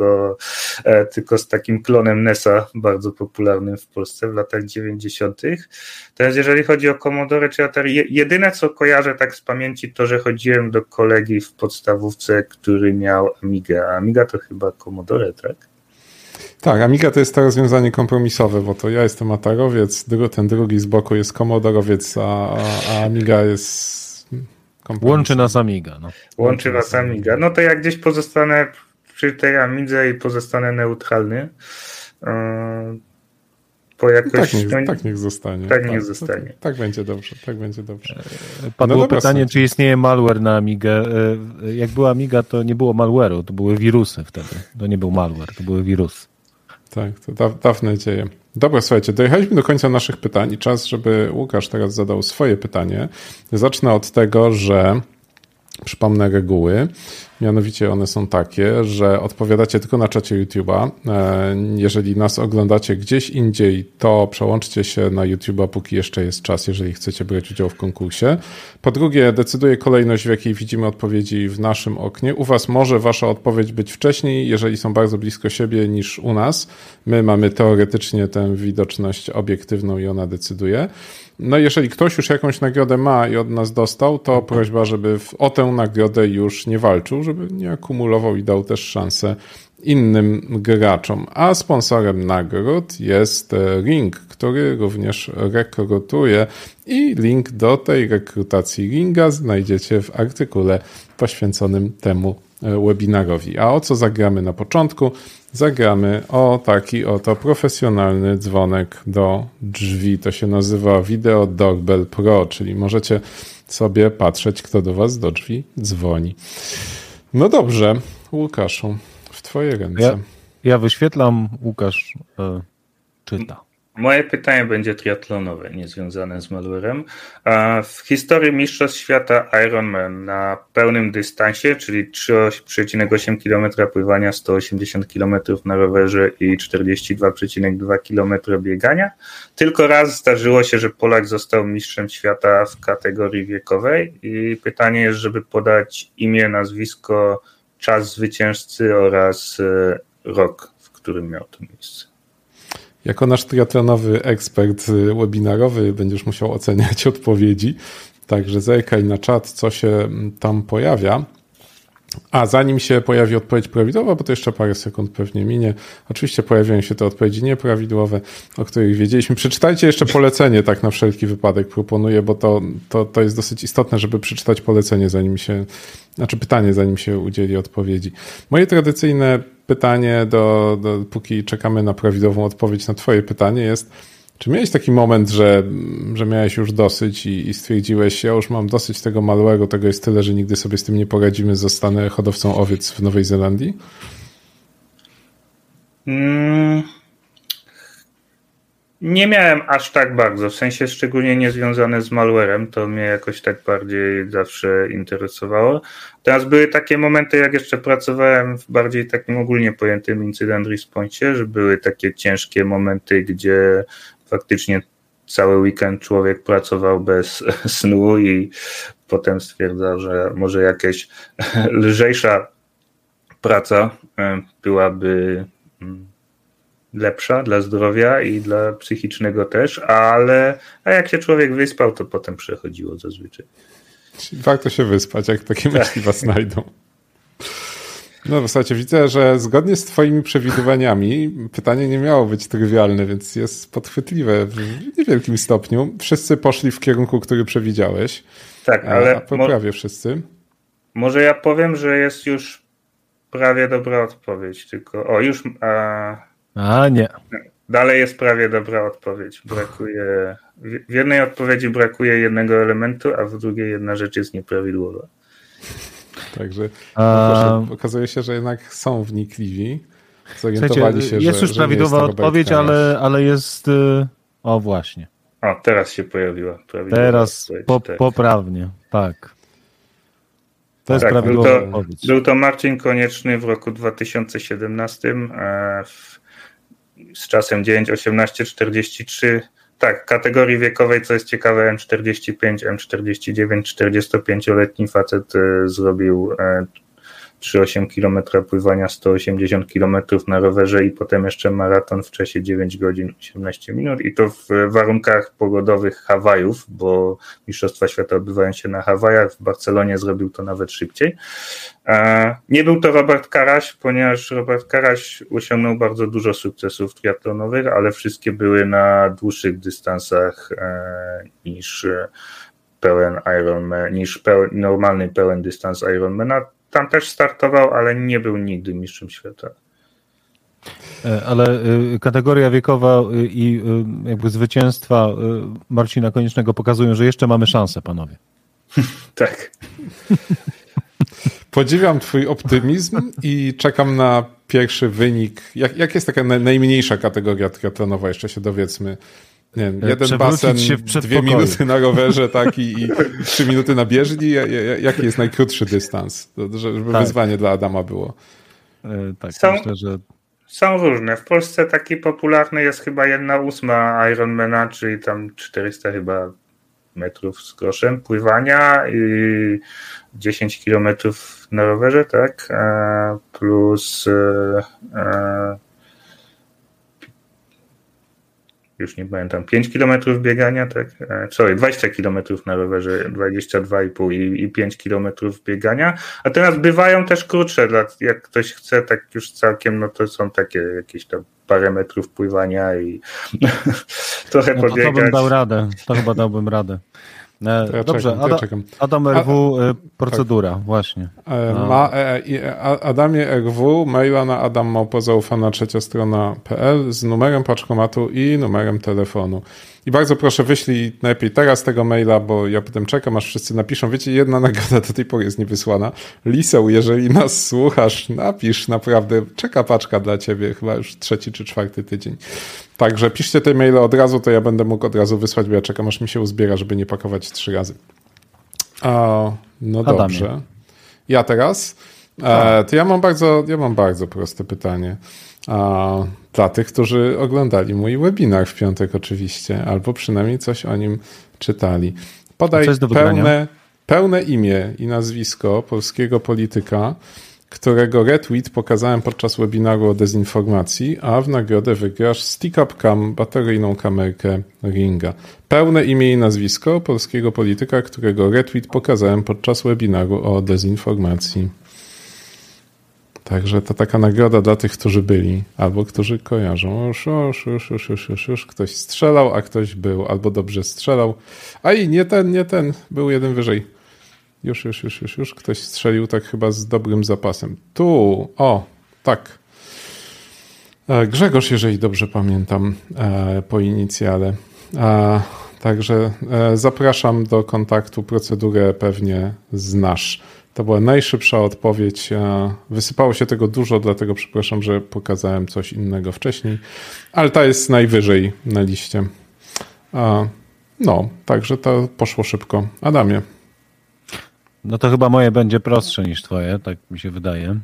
tylko z takim klonem NES-a, bardzo popularnym w Polsce w latach 90. Teraz jeżeli chodzi o Commodore czy Atari, jedyne co kojarzę tak z pamięci, to że chodziłem do kolegi w podstawówce, który miał Amigę, a Amiga to chyba Commodore, tak? Tak, Amiga to jest to rozwiązanie kompromisowe, bo to ja jestem Atarowiec, ten drugi z boku jest Commodorowiec, a Amiga jest Łączy nas Amiga. No. Łączy was Amiga. No to jak gdzieś pozostanę przy tej Amidze i pozostanę neutralny, bo jakoś... Tak niech zostanie. Niech zostanie. Tak będzie dobrze, tak będzie dobrze. Padło pytanie, czy istnieje malware na Amigę. Jak była Amiga, to nie było malware'u, to były wirusy wtedy. To nie był malware, to były wirusy. Tak, to dawne dzieje. Dobra, słuchajcie, dojechaliśmy do końca naszych pytań i czas, żeby Łukasz teraz zadał swoje pytanie. Zacznę od tego, że przypomnę reguły. Mianowicie one są takie, że odpowiadacie tylko na czacie YouTube'a. Jeżeli nas oglądacie gdzieś indziej, to przełączcie się na YouTube'a, póki jeszcze jest czas, jeżeli chcecie brać udział w konkursie. Po drugie, decyduje kolejność, w jakiej widzimy odpowiedzi w naszym oknie. U was może wasza odpowiedź być wcześniej, jeżeli są bardzo blisko siebie, niż u nas. My mamy teoretycznie tę widoczność obiektywną i ona decyduje. No jeżeli ktoś już jakąś nagrodę ma i od nas dostał, to prośba, żeby o tę nagrodę już nie walczył, żeby nie akumulował i dał też szansę innym graczom. A sponsorem nagród jest Ring, który również rekrutuje i link do tej rekrutacji Ringa znajdziecie w artykule poświęconym temu webinarowi. A o co zagramy na początku? Zagramy o taki oto profesjonalny dzwonek do drzwi. To się nazywa Video Doorbell Pro, czyli możecie sobie patrzeć, kto do was do drzwi dzwoni. No dobrze, Łukaszu, w twoje ręce. Ja wyświetlam, Łukasz czyta. Moje pytanie będzie triatlonowe, niezwiązane z malwarem. W historii Mistrzostw Świata Ironman na pełnym dystansie, czyli 3,8 km pływania, 180 km na rowerze i 42,2 km biegania, tylko raz zdarzyło się, że Polak został mistrzem świata w kategorii wiekowej i pytanie jest, żeby podać imię, nazwisko, czas zwycięzcy oraz rok, w którym miał to miejsce. Jako nasz triatlonowy ekspert webinarowy będziesz musiał oceniać odpowiedzi, także zerkaj na czat, co się tam pojawia. A zanim się pojawi odpowiedź prawidłowa, bo to jeszcze parę sekund pewnie minie, oczywiście pojawiają się te odpowiedzi nieprawidłowe, o których wiedzieliśmy. Przeczytajcie jeszcze polecenie, tak na wszelki wypadek proponuję, bo to jest dosyć istotne, żeby przeczytać polecenie, pytanie, zanim się udzieli odpowiedzi. Moje tradycyjne pytanie, póki czekamy na prawidłową odpowiedź na twoje pytanie jest, czy miałeś taki moment, że miałeś już dosyć i stwierdziłeś, ja już mam dosyć tego malware'u, tego jest tyle, że nigdy sobie z tym nie poradzimy, zostanę hodowcą owiec w Nowej Zelandii? Nie miałem aż tak bardzo, w sensie szczególnie nie związane z malwarem, to mnie jakoś tak bardziej zawsze interesowało. Teraz były takie momenty, jak jeszcze pracowałem w bardziej takim ogólnie pojętym incident response, że były takie ciężkie momenty, gdzie faktycznie cały weekend człowiek pracował bez snu i potem stwierdzał, że może jakaś lżejsza praca byłaby lepsza dla zdrowia i dla psychicznego też, a jak się człowiek wyspał, to potem przechodziło zazwyczaj. Czyli warto się wyspać, jak takie myśli was znajdą. No w zasadzie widzę, że zgodnie z twoimi przewidywaniami pytanie nie miało być trywialne, więc jest podchwytliwe w niewielkim stopniu. Wszyscy poszli w kierunku, który przewidziałeś. Tak, ale prawie wszyscy. Może ja powiem, że jest już prawie dobra odpowiedź, tylko już... nie. Dalej jest prawie dobra odpowiedź. W jednej odpowiedzi brakuje jednego elementu, a w drugiej jedna rzecz jest nieprawidłowa. Także okazuje się, że jednak są wnikliwi. Zorientowali się, jest już prawidłowa odpowiedź, ale jest... O, właśnie. O, teraz się pojawiła. Teraz poprawnie, tak. To jest prawidłowa odpowiedź. Był to Marcin Konieczny w roku 2017 z czasem 9:18:43. Tak, kategorii wiekowej, co jest ciekawe, M45, M49, 45-letni facet zrobił 3,8 km pływania, 180 km na rowerze i potem jeszcze maraton w czasie 9 godzin 18 minut i to w warunkach pogodowych Hawajów, bo Mistrzostwa Świata odbywają się na Hawajach, w Barcelonie zrobił to nawet szybciej. Nie był to Robert Karaś, ponieważ Robert Karaś osiągnął bardzo dużo sukcesów triatlonowych, ale wszystkie były na dłuższych dystansach niż pełen Ironman, niż normalny pełen dystans Ironmana. Tam też startował, ale nie był nigdy mistrzem świata. Ale kategoria wiekowa i jakby zwycięstwa Marcina Koniecznego pokazują, że jeszcze mamy szansę, panowie. Tak. Podziwiam twój optymizm i czekam na pierwszy wynik. Jak jest taka najmniejsza kategoria triatlonowa? Jeszcze się dowiedzmy. nie wiem, jeden przewrócić basen, się w 2 przedpokoju. minuty na rowerze, tak, i 3 minuty na bieżni. Jaki jest najkrótszy dystans? Żeby Tak. wyzwanie dla Adama było. Tak, Są- myślę, że Są różne. W Polsce taki popularny jest chyba 1/8 Ironmana, czyli tam 400 chyba metrów z groszem pływania i 10 kilometrów na rowerze, tak? Plus już nie pamiętam, 5 kilometrów biegania, tak? 20 kilometrów na rowerze, 22,5 i 5 kilometrów biegania. A teraz bywają też krótsze, jak ktoś chce tak już całkiem, no to są takie jakieś tam parę metrów pływania i trochę no to pobiegać. bym dał radę. To chyba dałbym radę. To ja Dobrze, czekam, to ja czekam. Adam RW, procedura, właśnie. Adamie RW, maila na adam@zaufana3strona.pl z numerem paczkomatu i numerem telefonu. I bardzo proszę, wyślij najlepiej teraz tego maila, bo ja potem czekam, aż wszyscy napiszą. Wiecie, jedna nagroda do tej pory jest niewysłana. Liseł, jeżeli nas słuchasz, napisz, naprawdę, czeka paczka dla ciebie, chyba już 3. czy 4. tydzień. Także piszcie te maile od razu, to ja będę mógł od razu wysłać, bo ja czekam, aż mi się uzbiera, żeby nie pakować 3 razy. No Adamie. dobrze. Ja teraz? To ja mam bardzo proste pytanie. Dla tych, którzy oglądali mój webinar w piątek oczywiście, albo przynajmniej coś o nim czytali. Podaj pełne imię i nazwisko polskiego polityka, którego retweet pokazałem podczas webinaru o dezinformacji, a w nagrodę wygrasz Stick-Up Cam, bateryjną kamerkę Ringa. Pełne imię i nazwisko polskiego polityka, którego retweet pokazałem podczas webinaru o dezinformacji. Także to taka nagroda dla tych, którzy byli, albo którzy kojarzą. Już ktoś strzelał, a ktoś był, albo dobrze strzelał. A i nie ten, był jeden wyżej. Już ktoś strzelił tak chyba z dobrym zapasem. Tu, tak. Grzegorz, jeżeli dobrze pamiętam, po inicjale. Także zapraszam do kontaktu, procedurę pewnie znasz. To była najszybsza odpowiedź. Wysypało się tego dużo, dlatego przepraszam, że pokazałem coś innego wcześniej, ale ta jest najwyżej na liście. Także to poszło szybko. Adamie. No to chyba moje będzie prostsze niż twoje, tak mi się wydaje.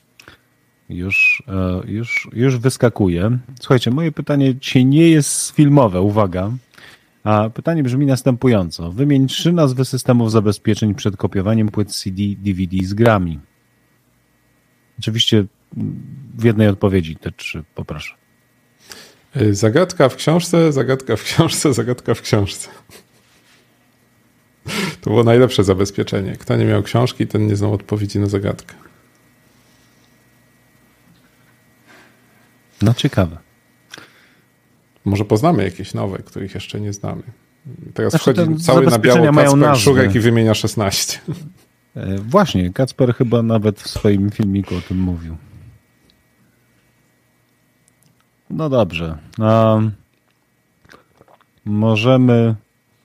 Już wyskakuje. Słuchajcie, moje pytanie dzisiaj nie jest filmowe, uwaga. A pytanie brzmi następująco. Wymień 3 nazwy systemów zabezpieczeń przed kopiowaniem płyt CD, DVD z grami. Oczywiście w jednej odpowiedzi te 3 poproszę. Zagadka w książce, zagadka w książce, zagadka w książce. To było najlepsze zabezpieczenie. Kto nie miał książki, ten nie znał odpowiedzi na zagadkę. No ciekawe. Może poznamy jakieś nowe, których jeszcze nie znamy. Teraz Znaczy, wchodzi cały na biało Kacper Szurek i wymienia 16. Właśnie, Kacper chyba nawet w swoim filmiku o tym mówił. No dobrze. Możemy...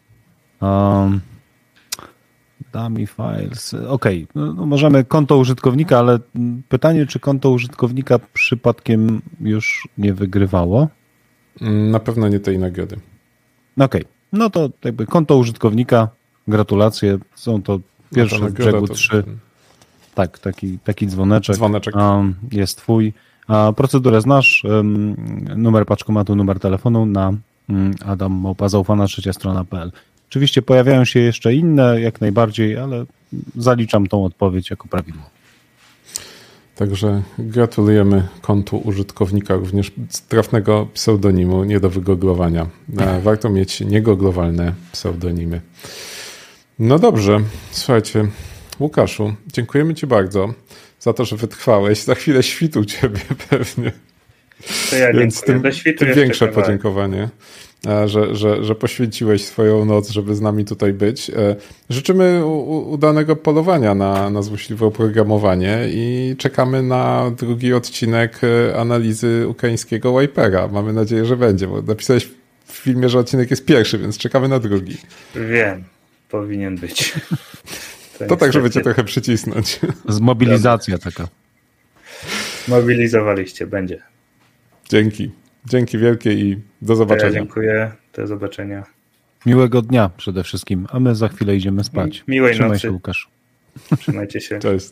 Dummy files. Okej, no, możemy konto użytkownika, ale pytanie, czy konto użytkownika przypadkiem już nie wygrywało? Na pewno nie tej nagrody. Okej, no to jakby konto użytkownika, gratulacje, są to pierwsze w brzegu 3. Tak, taki dzwoneczek. Jest twój. Procedurę znasz, numer paczkomatu, numer telefonu na adam@zaufana3strona.pl. Oczywiście pojawiają się jeszcze inne, jak najbardziej, ale zaliczam tą odpowiedź jako prawidłową. Także gratulujemy kontu użytkownika również trafnego pseudonimu, nie do wygooglowania. Warto mieć niegooglowane pseudonimy. No dobrze, słuchajcie, Łukaszu, dziękujemy Ci bardzo za to, że wytrwałeś. Za chwilę świtu Ciebie pewnie. To ja Więc tym większe kawałek. podziękowanie, że poświęciłeś swoją noc, żeby z nami tutaj być. Życzymy udanego polowania na złośliwe oprogramowanie i czekamy na drugi odcinek analizy ukraińskiego Wipera. Mamy nadzieję, że będzie, bo napisałeś w filmie, że odcinek jest pierwszy, więc czekamy na drugi. Wiem, powinien być. To tak, żeby cię trochę przycisnąć. Zmobilizacja taka. Mobilizowaliście, będzie. Dzięki. Dzięki wielkie i do zobaczenia. Ja dziękuję, do zobaczenia. Miłego dnia przede wszystkim, a my za chwilę idziemy spać. Miłej Trzymaj nocy. się, Łukasz. Trzymajcie się. Cześć.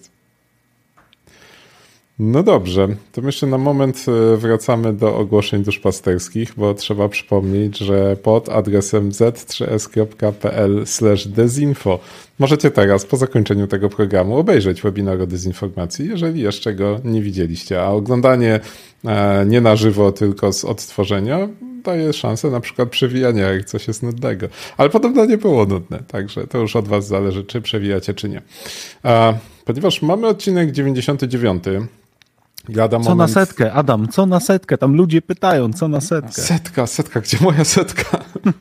No dobrze, to jeszcze na moment wracamy do ogłoszeń duszpasterskich, bo trzeba przypomnieć, że pod adresem z3s.pl/dezinfo możecie teraz, po zakończeniu tego programu, obejrzeć webinar o dezinformacji, jeżeli jeszcze go nie widzieliście, a oglądanie nie na żywo, tylko z odtworzenia daje szansę na przykład przewijania, jak coś jest nudnego. Ale podobno nie było nudne, także to już od was zależy, czy przewijacie, czy nie. Ponieważ mamy odcinek 99, Co na setkę, Adam, co na setkę? Tam ludzie pytają, co na setkę. Setka, gdzie moja setka?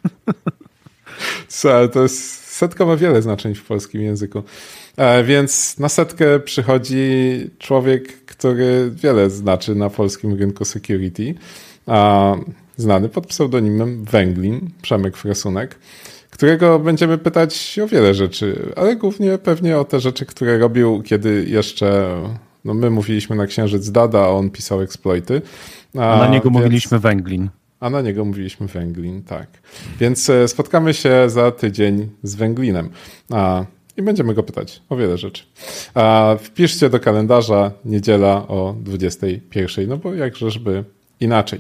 Co, to jest, setka ma wiele znaczeń w polskim języku. Więc na setkę przychodzi człowiek, który wiele znaczy na polskim rynku security, znany pod pseudonimem Węglin, Przemek Fresunek, którego będziemy pytać o wiele rzeczy, ale głównie pewnie o te rzeczy, które robił, kiedy jeszcze... No my mówiliśmy na Księżyc Dada, a on pisał exploity. A na niego mówiliśmy Węglin. A na niego mówiliśmy Węglin, tak. Więc spotkamy się za tydzień z Węglinem i będziemy go pytać o wiele rzeczy. Wpiszcie do kalendarza niedziela o 21:00, no bo jakżeżby inaczej.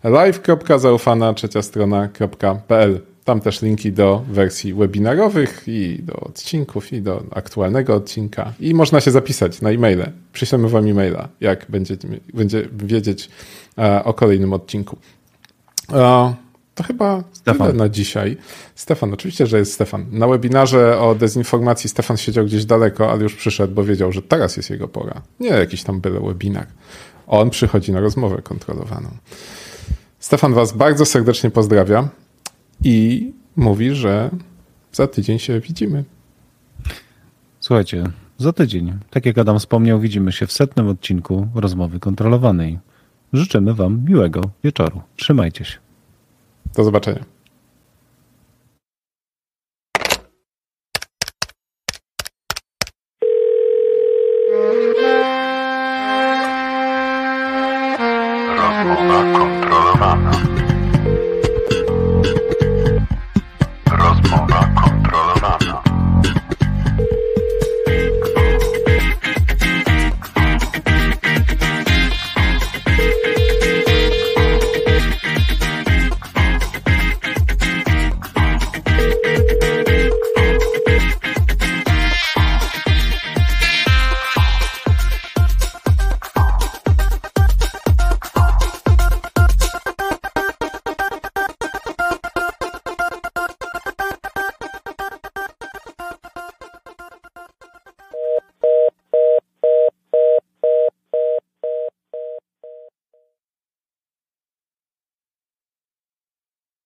live.zaufana3strona.pl. Tam też linki do wersji webinarowych i do odcinków i do aktualnego odcinka. I można się zapisać na e-maile. Przyślemy wam e-maila, jak będzie wiedzieć o kolejnym odcinku. To chyba tyle na dzisiaj. Stefan, oczywiście, że jest Stefan. Na webinarze o dezinformacji Stefan siedział gdzieś daleko, ale już przyszedł, bo wiedział, że teraz jest jego pora. Nie jakiś tam byle webinar. On przychodzi na rozmowę kontrolowaną. Stefan was bardzo serdecznie pozdrawia. I mówi, że za tydzień się widzimy. Słuchajcie, za tydzień, tak jak Adam wspomniał, widzimy się w 100. odcinku Rozmowy Kontrolowanej. Życzymy wam miłego wieczoru. Trzymajcie się. Do zobaczenia. Rozmowa kontrolowana. Rozmowa